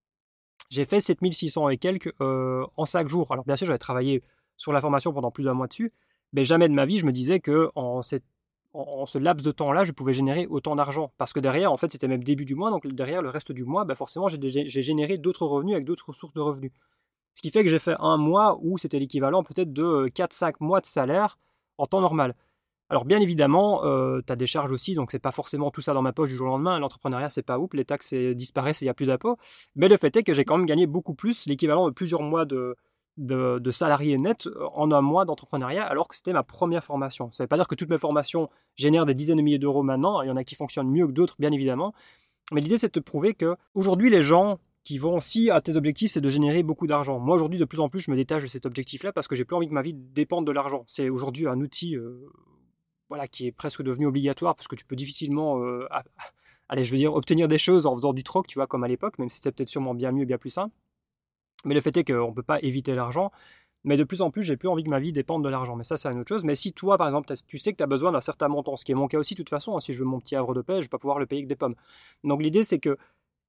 j'ai fait sept mille six cents et quelques euh, en cinq jours. Alors bien sûr, j'avais travaillé sur la formation pendant plus d'un mois dessus, mais jamais de ma vie, je me disais que en, cette, en, en ce laps de temps-là, je pouvais générer autant d'argent. Parce que derrière, en fait, c'était même début du mois, donc derrière le reste du mois, bah forcément, j'ai, j'ai généré d'autres revenus avec d'autres sources de revenus. Ce qui fait que j'ai fait un mois où c'était l'équivalent peut-être de quatre cinq mois de salaire en temps normal. Alors bien évidemment, euh, tu as des charges aussi, donc c'est pas forcément tout ça dans ma poche du jour au lendemain. L'entrepreneuriat, c'est pas ouf, les taxes eh, disparaissent et il n'y a plus d'impôts. Mais le fait est que j'ai quand même gagné beaucoup plus, l'équivalent de plusieurs mois de, de, de salarié net en un mois d'entrepreneuriat, alors que c'était ma première formation. Ça ne veut pas dire que toutes mes formations génèrent des dizaines de milliers d'euros maintenant. Il y en a qui fonctionnent mieux que d'autres, bien évidemment. Mais l'idée, c'est de te prouver que aujourd'hui, les gens qui vont, si à tes objectifs, c'est de générer beaucoup d'argent. Moi, aujourd'hui, de plus en plus, je me détache de cet objectif-là parce que j'ai plus envie que ma vie dépende de l'argent. C'est aujourd'hui un outil euh, voilà, qui est presque devenu obligatoire parce que tu peux difficilement euh, à, allez, je veux dire, obtenir des choses en faisant du troc, tu vois, comme à l'époque, même si c'était peut-être sûrement bien mieux, bien plus simple. Mais le fait est qu'on ne peut pas éviter l'argent. Mais de plus en plus, j'ai plus envie que ma vie dépende de l'argent. Mais ça, c'est une autre chose. Mais si toi, par exemple, tu sais que tu as besoin d'un certain montant, ce qui est mon cas aussi, de toute façon, hein, si je veux mon petit havre de paix, je ne vais pas pouvoir le payer avec des pommes. Donc l'idée, c'est que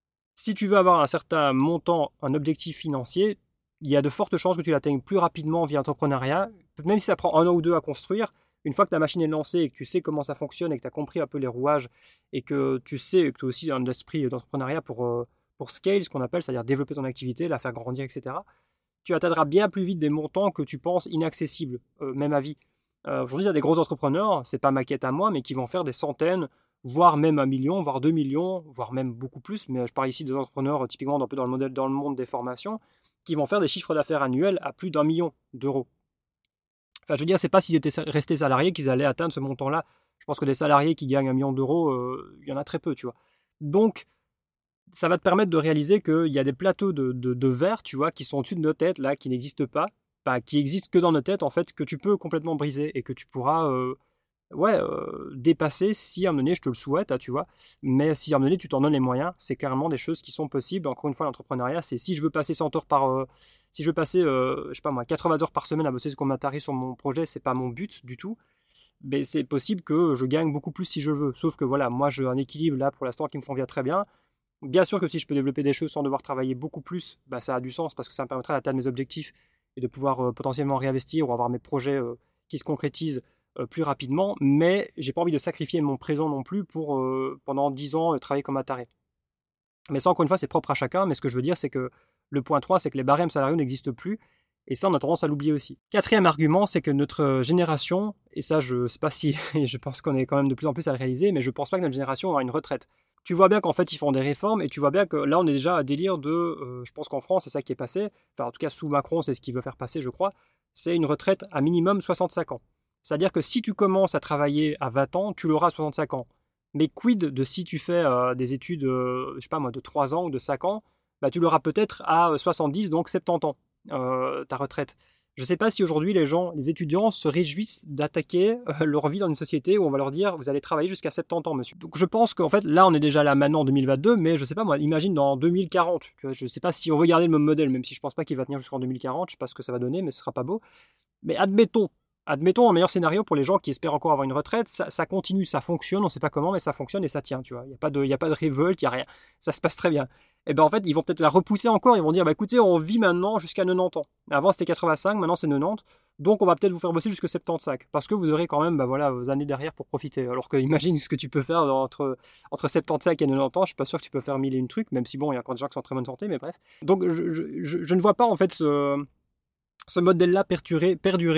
si tu veux avoir un certain montant, un objectif financier, il y a de fortes chances que tu l'atteignes plus rapidement via l'entrepreneuriat, même si ça prend un an ou deux à construire. Une fois que ta machine est lancée et que tu sais comment ça fonctionne et que tu as compris un peu les rouages et que tu sais que tu as aussi un esprit d'entrepreneuriat pour, euh, pour scale, ce qu'on appelle, c'est-à-dire développer ton activité, la faire grandir, et cetera, tu atteindras bien plus vite des montants que tu penses inaccessibles, euh, même à vie. Euh, Aujourd'hui, il y a des gros entrepreneurs, c'est pas ma quête à moi, mais qui vont faire des centaines, voire même un million, voire deux millions, voire même beaucoup plus. Mais je parle ici des entrepreneurs typiquement un peu dans le, modèle, dans le monde des formations, qui vont faire des chiffres d'affaires annuels à plus d'un million d'euros. Enfin, je veux dire, c'est pas s'ils étaient restés salariés qu'ils allaient atteindre ce montant-là. Je pense que des salariés qui gagnent un million d'euros, euh, il y en a très peu, tu vois. Donc, ça va te permettre de réaliser qu'il y a des plateaux de, de, de verre, tu vois, qui sont au-dessus de nos têtes, là, qui n'existent pas, enfin, qui existent que dans nos têtes, en fait, que tu peux complètement briser et que tu pourras euh, ouais, euh, dépasser si à un moment donné, je te le souhaite, hein, tu vois, mais si à un moment donné, tu t'en donnes les moyens, c'est carrément des choses qui sont possibles. Encore une fois, l'entrepreneuriat, c'est si je veux passer cent heures par... Euh, si je veux passer, euh, je sais pas moi, quatre-vingts heures par semaine à bosser comme un taré sur mon projet, c'est pas mon but du tout. Mais c'est possible que je gagne beaucoup plus si je veux. Sauf que voilà, moi j'ai un équilibre là pour l'instant qui me convient très bien. Bien sûr que si je peux développer des choses sans devoir travailler beaucoup plus, bah, ça a du sens parce que ça me permettra d'atteindre mes objectifs et de pouvoir euh, potentiellement réinvestir ou avoir mes projets euh, qui se concrétisent euh, plus rapidement. Mais j'ai pas envie de sacrifier mon présent non plus pour euh, pendant dix ans euh, travailler comme un taré. Mais ça, encore une fois, c'est propre à chacun. Mais ce que je veux dire, c'est que le point trois, c'est que les barèmes salariaux n'existent plus. Et ça, on a tendance à l'oublier aussi. Quatrième argument, c'est que notre génération, et ça, je ne sais pas si, je pense qu'on est quand même de plus en plus à le réaliser, mais je ne pense pas que notre génération aura une retraite. Tu vois bien qu'en fait, ils font des réformes, et tu vois bien que là, on est déjà à délire de, euh, je pense qu'en France, c'est ça qui est passé, enfin, en tout cas, sous Macron, c'est ce qu'il veut faire passer, je crois, c'est une retraite à minimum soixante-cinq ans. C'est-à-dire que si tu commences à travailler à vingt ans, tu l'auras à soixante-cinq ans. Mais quid de si tu fais euh, des études, euh, je sais pas moi, de trois ans ou de cinq ans, bah, tu l'auras peut-être à soixante-dix, donc soixante-dix ans. Euh, ta retraite. Je ne sais pas si aujourd'hui les gens, les étudiants se réjouissent d'attaquer euh, leur vie dans une société où on va leur dire vous allez travailler jusqu'à soixante-dix ans, monsieur. Donc je pense qu'en fait là on est déjà là maintenant en deux mille vingt-deux, mais je sais pas moi, imagine dans deux mille quarante. Je ne sais pas si on veut garder le même modèle, même si je pense pas qu'il va tenir jusqu'en deux mille quarante, je sais pas ce que ça va donner, mais ce sera pas beau. Mais admettons, admettons un meilleur scénario pour les gens qui espèrent encore avoir une retraite, ça, ça continue, ça fonctionne, on ne sait pas comment, mais ça fonctionne et ça tient, tu vois. Il n'y a pas de, il y a pas de révolte, il n'y a rien. Ça se passe très bien. Et ben en fait, ils vont peut-être la repousser encore, ils vont dire, bah écoutez, on vit maintenant jusqu'à quatre-vingt-dix ans. Avant c'était quatre-vingt-cinq, maintenant c'est quatre-vingt-dix, donc on va peut-être vous faire bosser jusqu'à soixante-quinze, parce que vous aurez quand même bah, voilà, vos années derrière pour profiter. Alors que imagine ce que tu peux faire entre, entre soixante-quinze et quatre-vingt-dix ans, je suis pas sûr que tu peux faire mille et une trucs, même si bon, il y a encore des gens qui sont en très bonne santé, mais bref. Donc je, je, je, je ne vois pas en fait ce, ce modèle-là perdurer, perdurer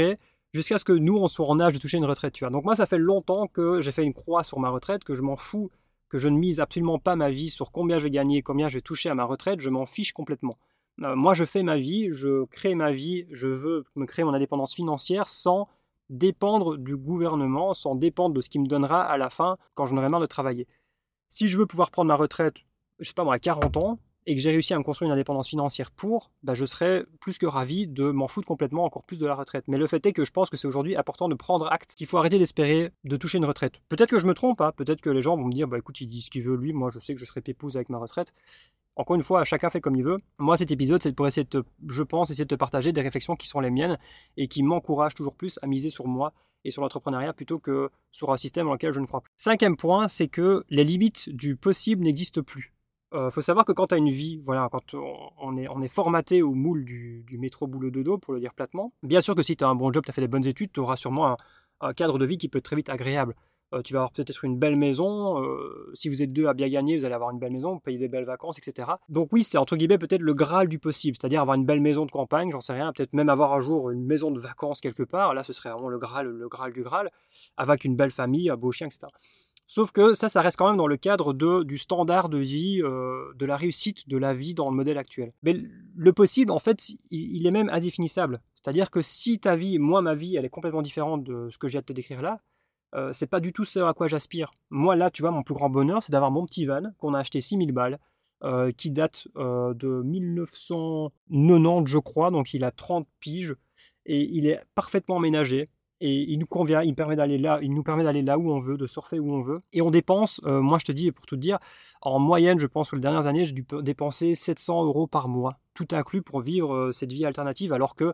jusqu'à ce que nous, on soit en âge de toucher une retraite, tu vois. Donc moi, ça fait longtemps que j'ai fait une croix sur ma retraite, que je m'en fous, que je ne mise absolument pas ma vie sur combien je vais gagner, combien je vais toucher à ma retraite, je m'en fiche complètement. Euh, moi, je fais ma vie, je crée ma vie, je veux me créer mon indépendance financière sans dépendre du gouvernement, sans dépendre de ce qu'il me donnera à la fin quand j'en aurai marre de travailler. Si je veux pouvoir prendre ma retraite, je sais pas moi, à quarante ans, et que j'ai réussi à me construire une indépendance financière pour, bah, je serais plus que ravi de m'en foutre complètement encore plus de la retraite. Mais le fait est que je pense que c'est aujourd'hui important de prendre acte qu'il faut arrêter d'espérer de toucher une retraite. Peut-être que je me trompe, hein, peut-être que les gens vont me dire, bah écoute, il dit ce qu'il veut lui, moi je sais que je serai pépouze avec ma retraite. Encore une fois, chacun fait comme il veut. Moi, cet épisode, c'est pour essayer de te, je pense, essayer de te partager des réflexions qui sont les miennes et qui m'encouragent toujours plus à miser sur moi et sur l'entrepreneuriat plutôt que sur un système dans lequel je ne crois plus. Cinquième point, c'est que les limites du possible n'existent plus. Il euh, faut savoir que quand tu as une vie, voilà, quand on, on, est, on est formaté au moule du, du métro boulot dodo, pour le dire platement, bien sûr que si tu as un bon job, tu as fait des bonnes études, tu auras sûrement un, un cadre de vie qui peut être très vite agréable. Euh, tu vas avoir peut-être une belle maison, euh, si vous êtes deux à bien gagner, vous allez avoir une belle maison, payer des belles vacances, et cetera. Donc oui, c'est entre guillemets peut-être le Graal du possible, c'est-à-dire avoir une belle maison de campagne, j'en sais rien, peut-être même avoir un jour une maison de vacances quelque part, là ce serait vraiment le Graal, le Graal du Graal, avec une belle famille, un beau chien, et cetera. Sauf que ça, ça reste quand même dans le cadre de, du standard de vie, euh, de la réussite de la vie dans le modèle actuel. Mais le possible, en fait, il, il est même indéfinissable. C'est-à-dire que si ta vie, moi ma vie, elle est complètement différente de ce que je viens de te décrire là, Euh, c'est pas du tout ce à quoi j'aspire. Moi, là, tu vois, mon plus grand bonheur, c'est d'avoir mon petit van qu'on a acheté six mille balles, euh, qui date euh, de mille neuf cent quatre-vingt-dix, je crois, donc il a trente piges, et il est parfaitement aménagé, et il nous convient, il, permet d'aller là, il nous permet d'aller là où on veut, de surfer où on veut, et on dépense, euh, moi je te dis, pour tout te dire, en moyenne, je pense que les dernières années, j'ai dû dépenser sept cents euros par mois, tout inclus pour vivre euh, cette vie alternative, alors que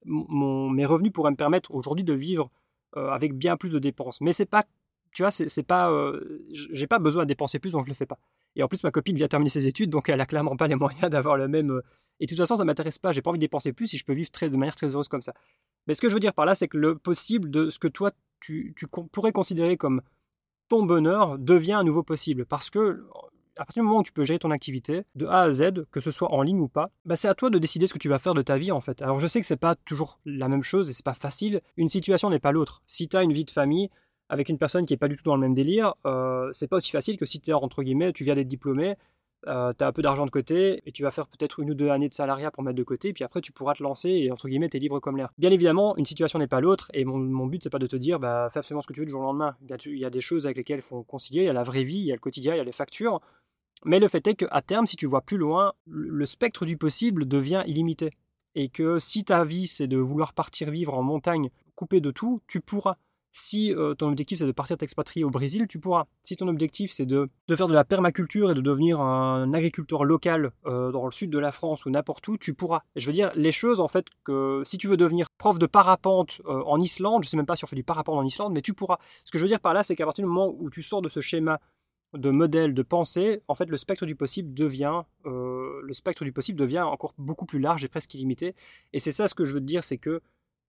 mon, mes revenus pourraient me permettre aujourd'hui de vivre Euh, avec bien plus de dépenses. Mais c'est pas, tu vois, c'est, c'est pas, euh, j'ai pas besoin de dépenser plus, donc je le fais pas. Et en plus, ma copine vient terminer ses études, donc elle a clairement pas les moyens d'avoir le même. euh, Et de toute façon, ça m'intéresse pas. J'ai pas envie de dépenser plus si je peux vivre très, de manière très heureuse comme ça. Mais ce que je veux dire par là, c'est que le possible de ce que toi tu, tu pourrais considérer comme ton bonheur devient un nouveau possible, parce que à partir du moment où tu peux gérer ton activité de A à Z, que ce soit en ligne ou pas, bah c'est à toi de décider ce que tu vas faire de ta vie en fait. Alors je sais que c'est pas toujours la même chose et c'est pas facile, une situation n'est pas l'autre. Si tu as une vie de famille avec une personne qui est pas du tout dans le même délire, euh, c'est pas aussi facile que si tu es entre guillemets, tu viens d'être diplômé, euh, tu as un peu d'argent de côté et tu vas faire peut-être une ou deux années de salariat pour mettre de côté, puis après tu pourras te lancer et entre guillemets tu es libre comme l'air. Bien évidemment, une situation n'est pas l'autre et mon, mon but c'est pas de te dire bah fais absolument ce que tu veux du jour au lendemain. Il y a des choses avec lesquelles il faut concilier, il y a la vraie vie, il y a le quotidien, il y a les factures. Mais le fait est qu'à terme, si tu vois plus loin, le spectre du possible devient illimité. Et que si ta vie, c'est de vouloir partir vivre en montagne, coupé de tout, tu pourras. Si euh, ton objectif, c'est de partir t'expatrier au Brésil, tu pourras. Si ton objectif, c'est de, de faire de la permaculture et de devenir un agriculteur local euh, dans le sud de la France ou n'importe où, tu pourras. Et je veux dire, les choses, en fait, que si tu veux devenir prof de parapente euh, en Islande, je sais même pas si on fait du parapente en Islande, mais tu pourras. Ce que je veux dire par là, c'est qu'à partir du moment où tu sors de ce schéma de modèle, de pensée, en fait, le spectre du possible devient, euh, le spectre du possible devient encore beaucoup plus large et presque illimité. Et c'est ça ce que je veux te dire, c'est que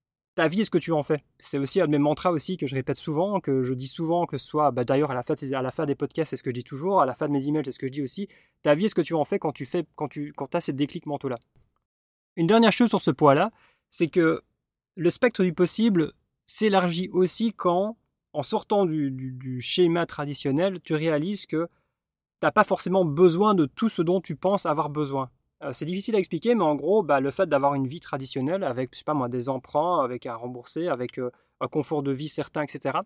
ta vie est ce que tu en fais. C'est aussi un de mes mantras aussi que je répète souvent, que je dis souvent, que ce soit, bah, d'ailleurs à la fin, à la fin des podcasts, c'est ce que je dis toujours, à la fin de mes emails, c'est ce que je dis aussi. Ta vie est ce que tu en fais quand tu fais, quand tu, quand as ces déclics mentaux là. Une dernière chose sur ce point-là, c'est que le spectre du possible s'élargit aussi quand, en sortant du, du, du schéma traditionnel, tu réalises que tu n'as pas forcément besoin de tout ce dont tu penses avoir besoin. Euh, c'est difficile à expliquer, mais en gros, bah, le fait d'avoir une vie traditionnelle avec, je sais pas moi, des emprunts, avec à rembourser, avec euh, un confort de vie certain, et cetera,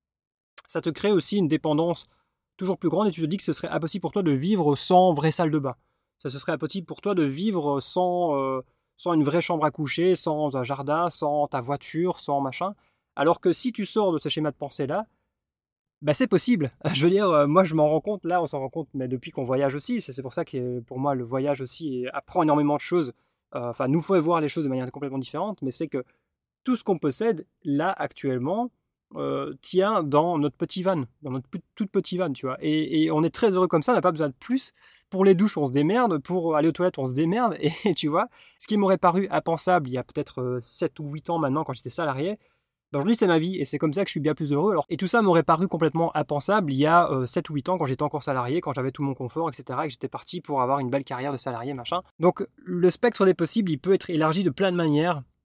ça te crée aussi une dépendance toujours plus grande et tu te dis que ce serait impossible pour toi de vivre sans vraie salle de bain. Ça ce serait impossible pour toi de vivre sans, euh, sans une vraie chambre à coucher, sans un jardin, sans ta voiture, sans machin. Alors que si tu sors de ce schéma de pensée-là, bah c'est possible. Je veux dire, euh, moi je m'en rends compte, là on s'en rend compte, mais depuis qu'on voyage aussi, c'est pour ça que pour moi le voyage aussi apprend énormément de choses. Euh, Enfin, nous faut voir les choses de manière complètement différente, mais c'est que tout ce qu'on possède là actuellement euh, tient dans notre petit van, dans notre tout petit van, tu vois. Et, et on est très heureux comme ça, on n'a pas besoin de plus. Pour les douches, on se démerde, pour aller aux toilettes, on se démerde. Et tu vois, ce qui m'aurait paru impensable il y a peut-être euh, sept ou huit ans maintenant quand j'étais salarié, ben aujourd'hui c'est ma vie et c'est comme ça que je suis bien plus heureux. Alors, et tout ça m'aurait paru complètement impensable il y a euh, sept ou huit ans quand j'étais encore salarié, quand j'avais tout mon confort, et cetera. Et que j'étais parti pour avoir une belle carrière de salarié, machin. Donc le spectre des possibles, il peut être élargi de plein de manières.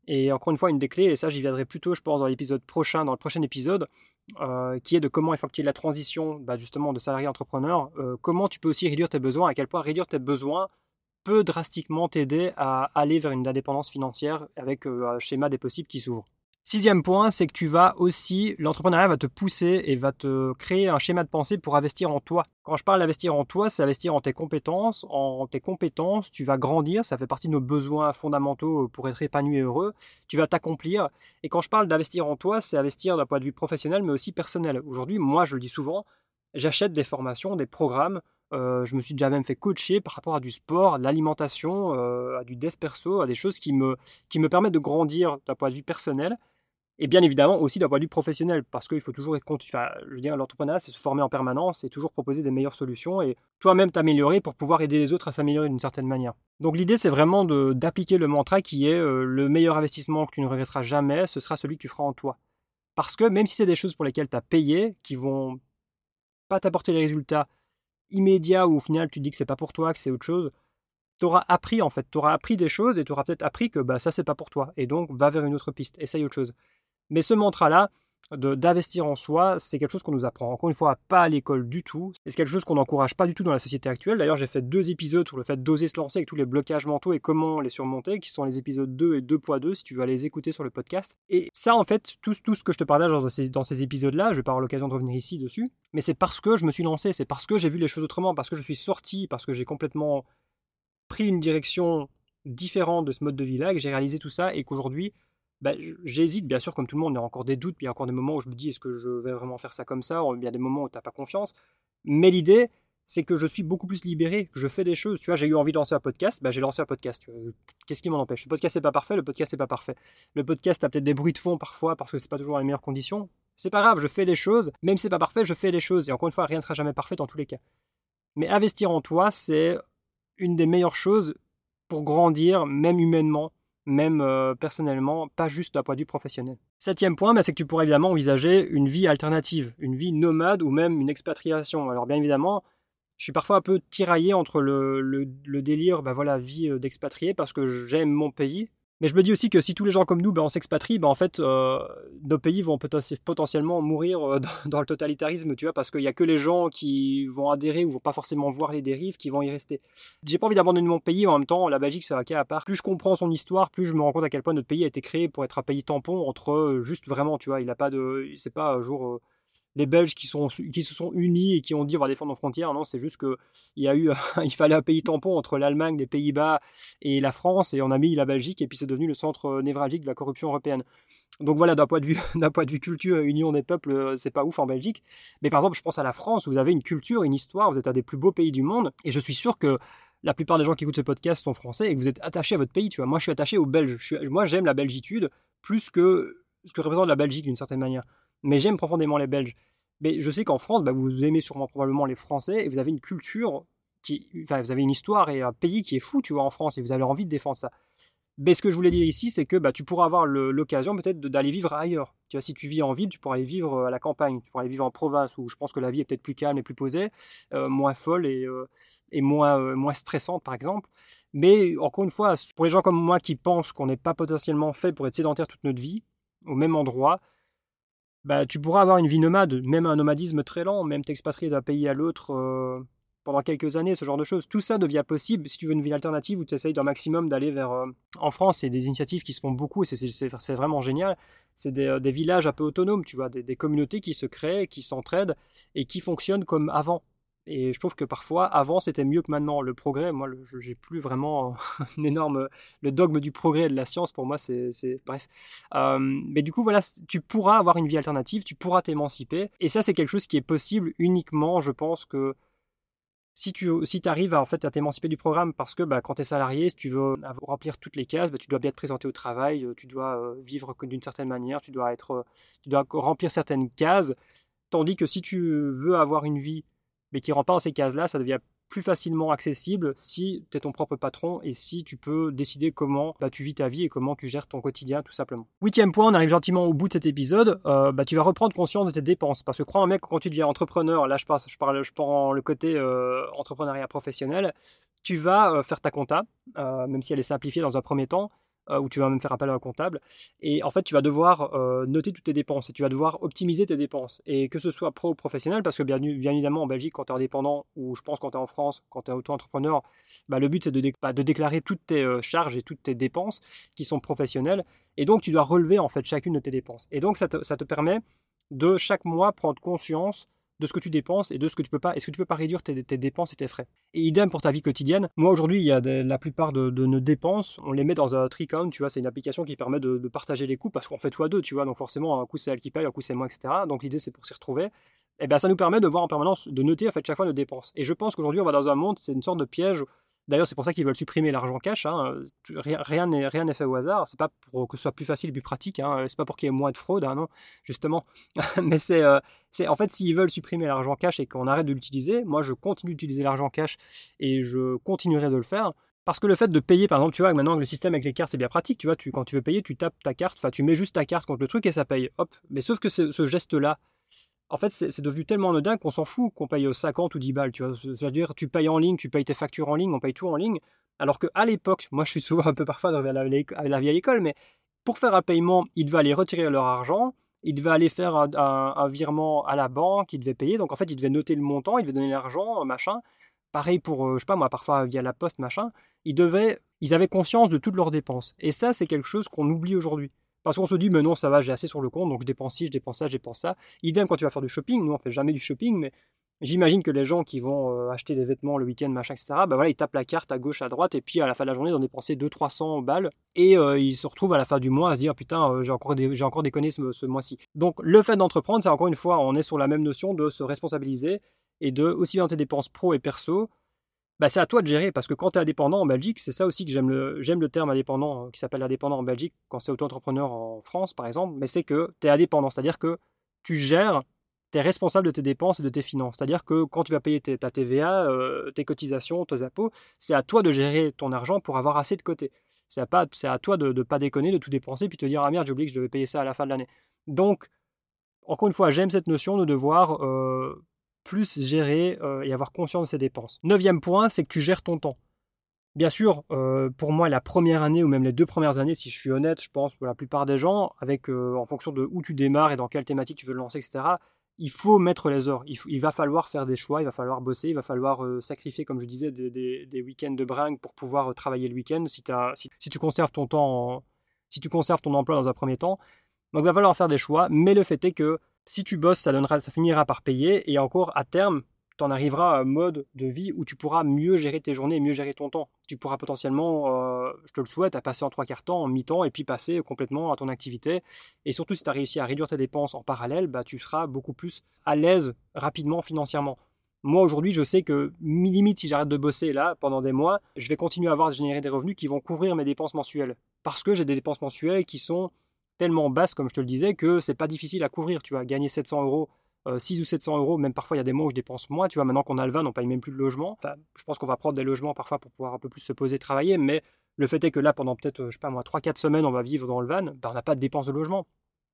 Et encore une fois, une des clés, et ça j'y viendrai plutôt, je pense, dans l'épisode prochain, dans le prochain épisode, euh, qui est de comment effectuer la transition bah, justement de salarié à entrepreneur, euh, comment tu peux aussi réduire tes besoins, à quel point réduire tes besoins peut drastiquement t'aider à aller vers une indépendance financière avec euh, un schéma des possibles qui s'ouvre. Sixième point, c'est que tu vas aussi, l'entrepreneuriat va te pousser et va te créer un schéma de pensée pour investir en toi. Quand je parle d'investir en toi, c'est investir en tes compétences. En tes compétences, tu vas grandir, ça fait partie de nos besoins fondamentaux pour être épanoui et heureux. Tu vas t'accomplir. Et quand je parle d'investir en toi, c'est investir d'un point de vue professionnel, mais aussi personnel. Aujourd'hui, moi, je le dis souvent, j'achète des formations, des programmes. Euh, je me suis déjà même fait coacher par rapport à du sport, à de l'alimentation, euh, à du dev perso, à des choses qui me, qui me permettent de grandir d'un point de vue personnel. Et bien évidemment aussi d'un point de vue professionnel, parce qu'il faut toujours être continu. Enfin, je veux dire, l'entrepreneuriat, c'est se former en permanence et toujours proposer des meilleures solutions et toi-même t'améliorer pour pouvoir aider les autres à s'améliorer d'une certaine manière. Donc l'idée, c'est vraiment de, d'appliquer le mantra qui est euh, le meilleur investissement que tu ne regretteras jamais, ce sera celui que tu feras en toi. Parce que même si c'est des choses pour lesquelles tu as payé, qui vont pas t'apporter les résultats immédiats ou au final tu te dis que c'est pas pour toi, que c'est autre chose, tu auras appris en fait, tu auras appris des choses et tu auras peut-être appris que bah, ça c'est pas pour toi. Et donc va vers une autre piste, essaye autre chose. Mais ce mantra-là, de, d'investir en soi, c'est quelque chose qu'on nous apprend, encore une fois, pas à l'école du tout. C'est quelque chose qu'on n'encourage pas du tout dans la société actuelle. D'ailleurs, j'ai fait deux épisodes sur le fait d'oser se lancer avec tous les blocages mentaux et comment les surmonter, qui sont les épisodes deux et deux fois deux, si tu veux aller les écouter sur le podcast. Et ça, en fait, tout, tout ce que je te partage dans ces, dans ces épisodes-là, je vais pas avoir l'occasion de revenir ici dessus, mais c'est parce que je me suis lancé, c'est parce que j'ai vu les choses autrement, parce que je suis sorti, parce que j'ai complètement pris une direction différente de ce mode de vie-là, que j'ai réalisé tout ça et qu'aujourd'hui, bah, j'hésite, bien sûr, comme tout le monde, il y a encore des doutes, puis il y a encore des moments où je me dis, est-ce que je vais vraiment faire ça comme ça? Il y a des moments où tu n'as pas confiance. Mais l'idée, c'est que je suis beaucoup plus libéré, que je fais des choses. Tu vois, j'ai eu envie de lancer un podcast, bah, j'ai lancé un podcast. Qu'est-ce qui m'en empêche? Le podcast n'est pas parfait, le podcast n'est pas parfait. Le podcast a peut-être des bruits de fond parfois parce que c'est pas toujours dans les meilleures conditions. C'est pas grave, je fais les choses. Même si c'est pas parfait, je fais les choses. Et encore une fois, rien ne sera jamais parfait dans tous les cas. Mais investir en toi, c'est une des meilleures choses pour grandir, même humainement, même euh, personnellement, pas juste d'un point de vue professionnel. Septième point, bah, c'est que tu pourrais évidemment envisager une vie alternative, une vie nomade ou même une expatriation. Alors bien évidemment, je suis parfois un peu tiraillé entre le, le, le délire, bah voilà, vie euh, d'expatrié parce que j'aime mon pays. Mais je me dis aussi que si tous les gens comme nous, bah, on s'expatrie, bah, en fait, euh, nos pays vont potentiellement mourir euh, dans, dans le totalitarisme, tu vois, parce qu'il n'y a que les gens qui vont adhérer ou vont pas forcément voir les dérives qui vont y rester. J'ai pas envie d'abandonner mon pays, en même temps, la Belgique, c'est un cas à part. Plus je comprends son histoire, plus je me rends compte à quel point notre pays a été créé pour être un pays tampon entre euh, juste vraiment, tu vois, il a pas de, c'est pas un jour euh, les Belges qui, sont, qui se sont unis et qui ont dit on va défendre nos frontières. Non, c'est juste que il y a eu, il fallait un pays tampon entre l'Allemagne, les Pays-Bas et la France, et on a mis la Belgique, et puis c'est devenu le centre névralgique de la corruption européenne. Donc voilà, d'un point de vue, d'un point de vue culture, union des peuples, c'est pas ouf en Belgique. Mais par exemple, je pense à la France, où vous avez une culture, une histoire, vous êtes un des plus beaux pays du monde, et je suis sûr que la plupart des gens qui écoutent ce podcast sont français et que vous êtes attachés à votre pays. Tu vois, moi, je suis attaché aux Belges. Je suis, moi, j'aime la belgitude plus que ce que représente la Belgique d'une certaine manière. Mais j'aime profondément les Belges. Mais je sais qu'en France, bah, vous aimez sûrement probablement les Français et vous avez une culture, qui, enfin, vous avez une histoire et un pays qui est fou, tu vois, en France, et vous avez envie de défendre ça. Mais ce que je voulais dire ici, c'est que bah, tu pourras avoir le, l'occasion peut-être d'aller vivre ailleurs. Tu vois, si tu vis en ville, tu pourras aller vivre à la campagne, tu pourras aller vivre en province, où je pense que la vie est peut-être plus calme et plus posée, euh, moins folle et, euh, et moins, euh, moins stressante, par exemple. Mais encore une fois, pour les gens comme moi qui pensent qu'on n'est pas potentiellement fait pour être sédentaire toute notre vie, au même endroit, bah, tu pourras avoir une vie nomade, même un nomadisme très lent, même t'expatrier d'un pays à l'autre euh, pendant quelques années, ce genre de choses. Tout ça devient possible si tu veux une vie alternative où tu essayes d'un maximum d'aller vers... Euh, en France, c'est des initiatives qui se font beaucoup et c'est, c'est, c'est vraiment génial. C'est des, euh, des villages un peu autonomes, tu vois, des, des communautés qui se créent, qui s'entraident et qui fonctionnent comme avant. Et je trouve que parfois, avant, c'était mieux que maintenant. Le progrès, moi, le, je, j'ai plus vraiment un énorme... Le dogme du progrès et de la science, pour moi, c'est... c'est bref. Euh, mais du coup, voilà, tu pourras avoir une vie alternative, tu pourras t'émanciper. Et ça, c'est quelque chose qui est possible uniquement, je pense, que si tu si arrives à, en fait, à t'émanciper du programme, parce que bah, quand tu es salarié, si tu veux remplir toutes les cases, bah, tu dois bien te présenter au travail, tu dois euh, vivre d'une certaine manière, tu dois, être, euh, tu dois remplir certaines cases. Tandis que si tu veux avoir une vie mais qui ne rentre pas dans ces cases-là, ça devient plus facilement accessible si tu es ton propre patron et si tu peux décider comment bah, tu vis ta vie et comment tu gères ton quotidien tout simplement. Huitième point, on arrive gentiment au bout de cet épisode, euh, bah, tu vas reprendre conscience de tes dépenses parce que crois-moi mec, quand tu deviens entrepreneur, là je, passe, je, parle, je prends le côté euh, entrepreneuriat professionnel, tu vas euh, faire ta compta, euh, même si elle est simplifiée dans un premier temps, euh, où tu vas même faire appel à un comptable. Et en fait, tu vas devoir euh, noter toutes tes dépenses et tu vas devoir optimiser tes dépenses. Et que ce soit pro ou professionnel, parce que bien, bien évidemment, en Belgique, quand tu es indépendant, ou je pense quand tu es en France, quand tu es auto-entrepreneur, bah, le but c'est de, dé- bah, de déclarer toutes tes euh, charges et toutes tes dépenses qui sont professionnelles. Et donc, tu dois relever en fait chacune de tes dépenses. Et donc, ça te, ça te permet de chaque mois prendre conscience de ce que tu dépenses et de ce que tu peux pas. Est-ce que tu peux pas réduire tes, tes dépenses et tes frais? Et idem pour ta vie quotidienne. Moi aujourd'hui, il y a des- la plupart de, de nos dépenses, on les met dans un Tricount, tu vois, c'est une application qui permet de, de partager les coûts parce qu'on fait tout à deux, tu vois. Donc forcément, un coup c'est elle qui paye, un coup c'est moi, et cetera. Donc l'idée c'est pour s'y retrouver. Et bien ça nous permet de voir en permanence, de noter en fait chaque fois nos dépenses. Et je pense qu'aujourd'hui on va dans un monde, c'est une sorte de piège. D'ailleurs, c'est pour ça qu'ils veulent supprimer l'argent cash. Hein. Tu- Rien rien n'est rien n'est fait au hasard. C'est pas pour que ce soit plus facile et plus pratique. Hein. C'est pas pour qu'il y ait moins de fraude. Hein, non, justement. Mais c'est euh, c'est en fait, s'ils veulent supprimer l'argent cash et qu'on arrête de l'utiliser, moi je continue d'utiliser l'argent cash et je continuerai de le faire. Parce que le fait de payer, par exemple, tu vois, maintenant que le système avec les cartes c'est bien pratique, tu vois, tu, quand tu veux payer, tu tapes ta carte, enfin tu mets juste ta carte contre le truc et ça paye. Hop. Mais sauf que ce, ce geste-là, en fait, c'est c'est devenu tellement anodin qu'on s'en fout qu'on paye cinquante ou dix balles, tu vois. C'est-à-dire, tu payes en ligne, tu payes tes factures en ligne, on paye tout en ligne. Alors qu'à l'époque, moi je suis souvent un peu parfois dans la, vieille- la vieille école, mais pour faire un paiement, ils devaient aller retirer leur argent, ils devaient aller faire un, un- un virement à la banque, ils devaient payer. Donc en fait, ils devaient noter le montant, ils devaient donner l'argent, machin. Pareil pour, euh, je sais pas moi, parfois via la poste, machin. Ils devaient, ils avaient conscience de toutes leurs dépenses. Et ça, c'est quelque chose qu'on oublie aujourd'hui. Parce qu'on se dit, mais non, ça va, j'ai assez sur le compte, donc je dépense ci, je dépense ça, je dépense ça. Idem quand tu vas faire du shopping, nous on fait jamais du shopping, mais j'imagine que les gens qui vont euh, acheter des vêtements le week-end, machin, et cetera, bah voilà, ils tapent la carte à gauche, à droite, et puis à la fin de la journée, ils ont dépensé deux cents trois cents balles, et euh, ils se retrouvent à la fin du mois à se dire, putain, euh, j'ai encore, des, j'ai encore déconné ce, ce mois-ci. Donc le fait d'entreprendre, c'est encore une fois, on est sur la même notion de se responsabiliser, et de, aussi bien tes dépenses pro et perso, bah, c'est à toi de gérer, parce que quand tu es indépendant en Belgique, c'est ça aussi que j'aime le, j'aime le terme indépendant, euh, qui s'appelle indépendant en Belgique, quand c'est auto-entrepreneur en France, par exemple, mais c'est que tu es indépendant, c'est-à-dire que tu gères, tu es responsable de tes dépenses et de tes finances. C'est-à-dire que quand tu vas payer tes- ta T V A, euh, tes cotisations, tes impôts, c'est à toi de gérer ton argent pour avoir assez de côté. C'est à, pas, c'est à toi de ne pas déconner, de tout dépenser, puis te dire, ah merde, j'ai oublié que je devais payer ça à la fin de l'année. Donc, encore une fois, j'aime cette notion de devoir euh, plus gérer euh, et avoir conscience de ses dépenses. Neuvième point, c'est que tu gères ton temps. Bien sûr, euh, pour moi, la première année ou même les deux premières années, si je suis honnête, je pense pour la plupart des gens, avec euh, en fonction de où tu démarres et dans quelle thématique tu veux le lancer, et cetera, il faut mettre les heures. Il, faut- il va falloir faire des choix, il va falloir bosser, il va falloir euh, sacrifier, comme je disais, des, des- des week-ends de bringue pour pouvoir euh, travailler le week-end si, t'as- si, si tu conserves ton temps, en- si tu conserves ton emploi dans un premier temps. Donc il va falloir faire des choix, mais le fait est que si tu bosses, ça, donnera, ça finira par payer, et encore à terme, tu en arriveras à un mode de vie où tu pourras mieux gérer tes journées et mieux gérer ton temps. Tu pourras potentiellement, euh, je te le souhaite, à passer en trois quarts temps, en mi-temps, et puis passer complètement à ton activité. Et surtout, si tu as réussi à réduire tes dépenses en parallèle, bah, tu seras beaucoup plus à l'aise rapidement financièrement. Moi, aujourd'hui, je sais que, limite, si j'arrête de bosser là pendant des mois, je vais continuer à avoir générer des revenus qui vont couvrir mes dépenses mensuelles. Parce que j'ai des dépenses mensuelles qui sont tellement basse, comme je te le disais, que c'est pas difficile à couvrir. Tu vois, gagner sept cents euros, euh, six ou sept cents euros, même parfois il y a des mois où je dépense moins. Tu vois, maintenant qu'on a le van, on paye même plus de logement. Enfin, je pense qu'on va prendre des logements parfois pour pouvoir un peu plus se poser, travailler, mais le fait est que là, pendant peut-être, je sais pas moi, trois quatre semaines, on va vivre dans le van, ben, on n'a pas de dépenses de logement.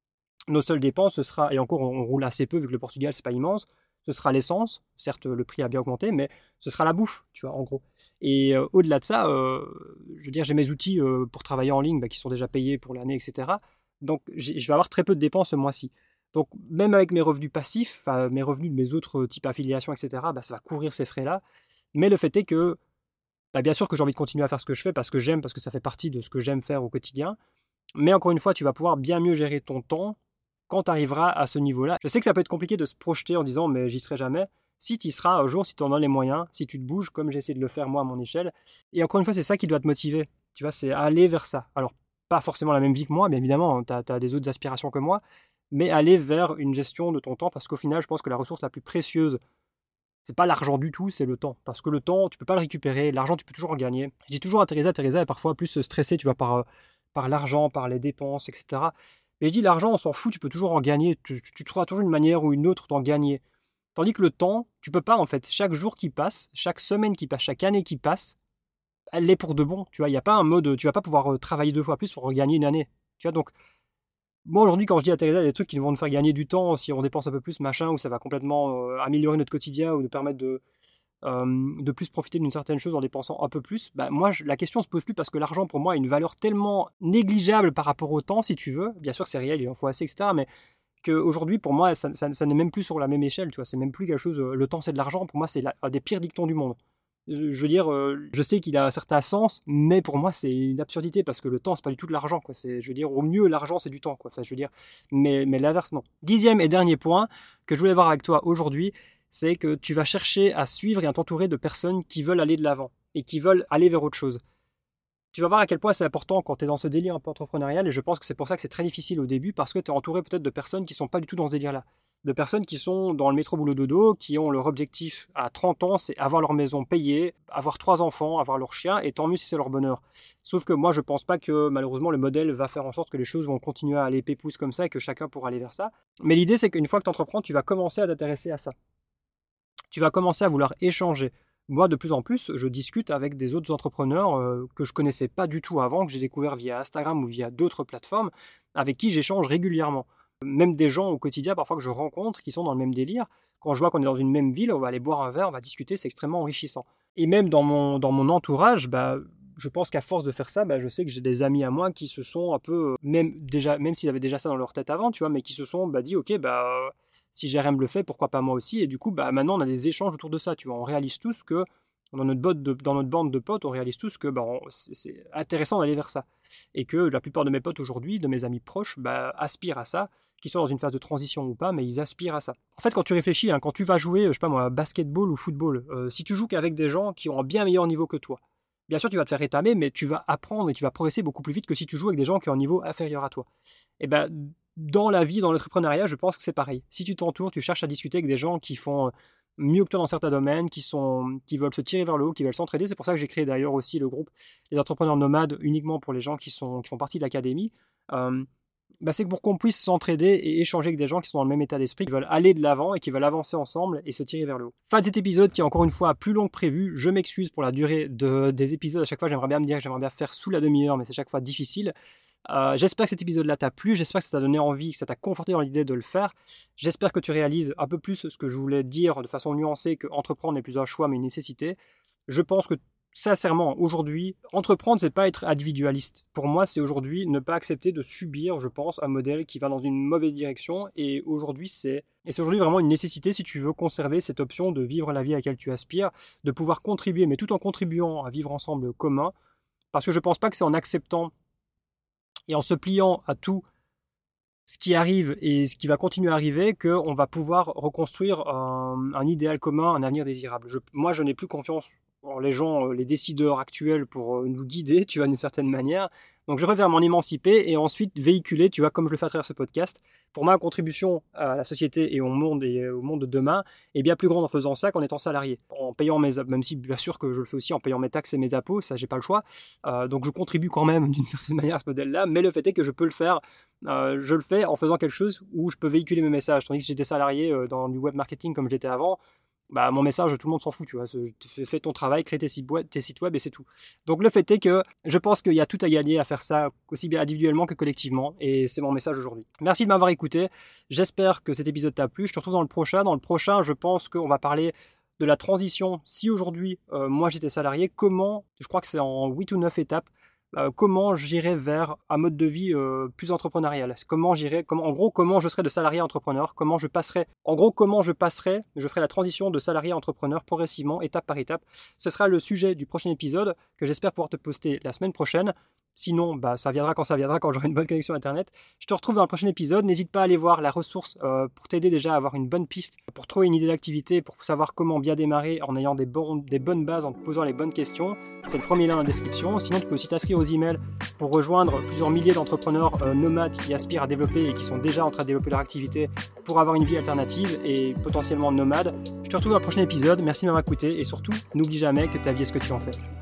Nos seules dépenses, ce sera, et encore on roule assez peu vu que le Portugal c'est pas immense, ce sera l'essence. Certes, le prix a bien augmenté, mais ce sera la bouffe, tu vois, en gros. Et euh, au-delà de ça, euh, je veux dire, j'ai mes outils euh, pour travailler en ligne bah, qui sont déjà payés pour l'année, et cetera. Donc je vais avoir très peu de dépenses ce mois-ci. Donc même avec mes revenus passifs, enfin mes revenus de mes autres types affiliations, et cetera, bah, ça va couvrir ces frais-là. Mais le fait est que, bah, bien sûr que j'ai envie de continuer à faire ce que je fais parce que j'aime, parce que ça fait partie de ce que j'aime faire au quotidien. Mais encore une fois, tu vas pouvoir bien mieux gérer ton temps quand tu arriveras à ce niveau-là. Je sais que ça peut être compliqué de se projeter en disant mais j'y serai jamais. Si tu y seras un jour, si tu en as les moyens, si tu te bouges comme j'ai essayé de le faire moi à mon échelle. Et encore une fois, c'est ça qui doit te motiver. Tu vois, c'est aller vers ça. Alors, pas forcément la même vie que moi, bien évidemment, tu as des autres aspirations que moi, mais aller vers une gestion de ton temps parce qu'au final, je pense que la ressource la plus précieuse, c'est pas l'argent du tout, c'est le temps. Parce que le temps, tu peux pas le récupérer. L'argent, tu peux toujours en gagner. Je dis toujours à Teresa, Teresa est parfois plus stressée, tu vois, par, euh, par l'argent, par les dépenses, et cetera. Mais je dis, l'argent, on s'en fout, tu peux toujours en gagner. Tu, tu trouveras toujours une manière ou une autre d'en gagner. Tandis que le temps, tu peux pas, en fait. Chaque jour qui passe, chaque semaine qui passe, chaque année qui passe, elle est pour de bon. Tu vois, il n'y a pas un mode, tu vas pas pouvoir euh, travailler deux fois plus pour gagner une année. Tu vois, donc, moi aujourd'hui, quand je dis à Teresa, il y a des trucs qui vont nous faire gagner du temps si on dépense un peu plus, machin, ou ça va complètement euh, améliorer notre quotidien ou nous permettre de, euh, de plus profiter d'une certaine chose en dépensant un peu plus, bah, moi, je, la question se pose plus parce que l'argent, pour moi, a une valeur tellement négligeable par rapport au temps, si tu veux. Bien sûr, c'est réel, il en faut assez, et cetera. Mais qu'aujourd'hui, pour moi, ça, ça, ça n'est même plus sur la même échelle, tu vois. C'est même plus quelque chose, euh, le temps, c'est de l'argent. Pour moi, c'est la, un des pires dictons du monde. Je, je veux dire, euh, je sais qu'il a un certain sens, mais pour moi, c'est une absurdité parce que le temps, c'est pas du tout de l'argent, quoi. C'est, je veux dire, au mieux, l'argent, c'est du temps, quoi. Enfin, je veux dire, mais, mais l'inverse, non. Dixième et dernier point que je voulais voir avec toi aujourd'hui, c'est que tu vas chercher à suivre et à t'entourer de personnes qui veulent aller de l'avant et qui veulent aller vers autre chose. Tu vas voir à quel point c'est important quand tu es dans ce délire un peu entrepreneurial, et je pense que c'est pour ça que c'est très difficile au début, parce que tu es entouré peut-être de personnes qui ne sont pas du tout dans ce délire-là. De personnes qui sont dans le métro boulot dodo, qui ont leur objectif à trente ans, c'est avoir leur maison payée, avoir trois enfants, avoir leur chien, et tant mieux si c'est leur bonheur. Sauf que moi, je pense pas que malheureusement le modèle va faire en sorte que les choses vont continuer à aller pépouze comme ça et que chacun pourra aller vers ça. Mais l'idée, c'est qu'une fois que tu entreprends, tu vas commencer à t'intéresser à ça. Tu vas commencer à vouloir échanger. Moi, de plus en plus, je discute avec des autres entrepreneurs euh, que je connaissais pas du tout avant, que j'ai découvert via Instagram ou via d'autres plateformes, avec qui j'échange régulièrement. Même des gens au quotidien, parfois que je rencontre, qui sont dans le même délire. Quand je vois qu'on est dans une même ville, on va aller boire un verre, on va discuter, c'est extrêmement enrichissant. Et même dans mon, dans mon entourage, bah, je pense qu'à force de faire ça, bah, je sais que j'ai des amis à moi qui se sont un peu, même, déjà, même s'ils avaient déjà ça dans leur tête avant, tu vois, mais qui se sont bah, dit, ok, bah... si J R M le fait, pourquoi pas moi aussi? Et du coup, bah, maintenant, on a des échanges autour de ça. Tu vois, on réalise tous que, dans notre, bande de, dans notre bande de potes, on réalise tous que bah, on, c'est, c'est intéressant d'aller vers ça. Et que la plupart de mes potes aujourd'hui, de mes amis proches, bah, aspirent à ça, qu'ils soient dans une phase de transition ou pas, mais ils aspirent à ça. En fait, quand tu réfléchis, hein, quand tu vas jouer, je sais pas moi, basketball ou football, euh, si tu joues qu'avec des gens qui ont un bien meilleur niveau que toi, bien sûr, tu vas te faire étamer, mais tu vas apprendre et tu vas progresser beaucoup plus vite que si tu joues avec des gens qui ont un niveau inférieur à toi. Et ben, dans la vie, dans l'entrepreneuriat, je pense que c'est pareil. Si tu t'entoures, tu cherches à discuter avec des gens qui font mieux que toi dans certains domaines, qui, sont, qui veulent se tirer vers le haut, qui veulent s'entraider. C'est pour ça que j'ai créé d'ailleurs aussi le groupe Les Entrepreneurs Nomades, uniquement pour les gens qui, sont, qui font partie de l'académie. Euh, bah c'est pour qu'on puisse s'entraider et échanger avec des gens qui sont dans le même état d'esprit, qui veulent aller de l'avant et qui veulent avancer ensemble et se tirer vers le haut. Fin de cet épisode qui est encore une fois plus long que prévu. Je m'excuse pour la durée de, des épisodes. À chaque fois, j'aimerais bien me dire que j'aimerais bien faire sous la demi-heure, mais c'est chaque fois difficile. Euh, j'espère que cet épisode-là t'a plu, j'espère que ça t'a donné envie, que ça t'a conforté dans l'idée de le faire. J'espère que tu réalises un peu plus ce que je voulais dire de façon nuancée, que entreprendre n'est plus un choix mais une nécessité. Je pense que sincèrement, aujourd'hui, entreprendre, c'est pas être individualiste. Pour moi, c'est aujourd'hui ne pas accepter de subir, je pense, un modèle qui va dans une mauvaise direction. Et aujourd'hui, c'est, et c'est aujourd'hui vraiment une nécessité si tu veux conserver cette option de vivre la vie à laquelle tu aspires, de pouvoir contribuer, mais tout en contribuant à vivre ensemble commun. Parce que je pense pas que c'est en acceptant et en se pliant à tout ce qui arrive et ce qui va continuer à arriver qu'on va pouvoir reconstruire un, un idéal commun, un avenir désirable. Je, moi, je n'ai plus confiance en les gens, les décideurs actuels pour nous guider, tu vois, d'une certaine manière. Donc, je préfère m'en émanciper et ensuite véhiculer, tu vois, comme je le fais à travers ce podcast. Pour ma contribution à la société et au monde et au monde de demain est bien plus grande en faisant ça qu'en étant salarié. En payant mes, même si bien sûr que je le fais aussi en payant mes taxes et mes impôts, ça j'ai pas le choix. Euh, donc je contribue quand même d'une certaine manière à ce modèle-là, mais le fait est que je peux le faire. Euh, je le fais en faisant quelque chose où je peux véhiculer mes messages. Tandis que j'étais salarié euh, dans du web marketing comme j'étais avant, bah, mon message, tout le monde s'en fout, tu vois. Fais ton travail, crée tes sites web, tes sites web et c'est tout. Donc le fait est que je pense qu'il y a tout à gagner à faire ça, aussi bien individuellement que collectivement, et c'est mon message aujourd'hui. Merci de m'avoir écouté. J'espère que cet épisode t'a plu. Je te retrouve dans le prochain. Dans le prochain, je pense qu'on va parler de la transition. Si aujourd'hui, euh, moi j'étais salarié, comment, je crois que c'est en huit ou neuf étapes, Euh, comment j'irai vers un mode de vie euh, plus entrepreneurial. Comment j'irai, comment, en gros, comment je serai de salarié à entrepreneur, comment je passerai, en gros, comment je passerai, je ferai la transition de salarié à entrepreneur progressivement, étape par étape. Ce sera le sujet du prochain épisode que j'espère pouvoir te poster la semaine prochaine. Sinon, bah, ça viendra quand ça viendra, quand j'aurai une bonne connexion Internet. Je te retrouve dans le prochain épisode. N'hésite pas à aller voir la ressource euh, pour t'aider déjà à avoir une bonne piste, pour trouver une idée d'activité, pour savoir comment bien démarrer en ayant des, bon, des bonnes bases, en te posant les bonnes questions. C'est le premier lien dans la description. Sinon, tu peux aussi t'inscrire aux emails pour rejoindre plusieurs milliers d'entrepreneurs euh, nomades qui aspirent à développer et qui sont déjà en train de développer leur activité pour avoir une vie alternative et potentiellement nomade. Je te retrouve dans le prochain épisode. Merci de m'avoir écouté et surtout, n'oublie jamais que ta vie est ce que tu en fais.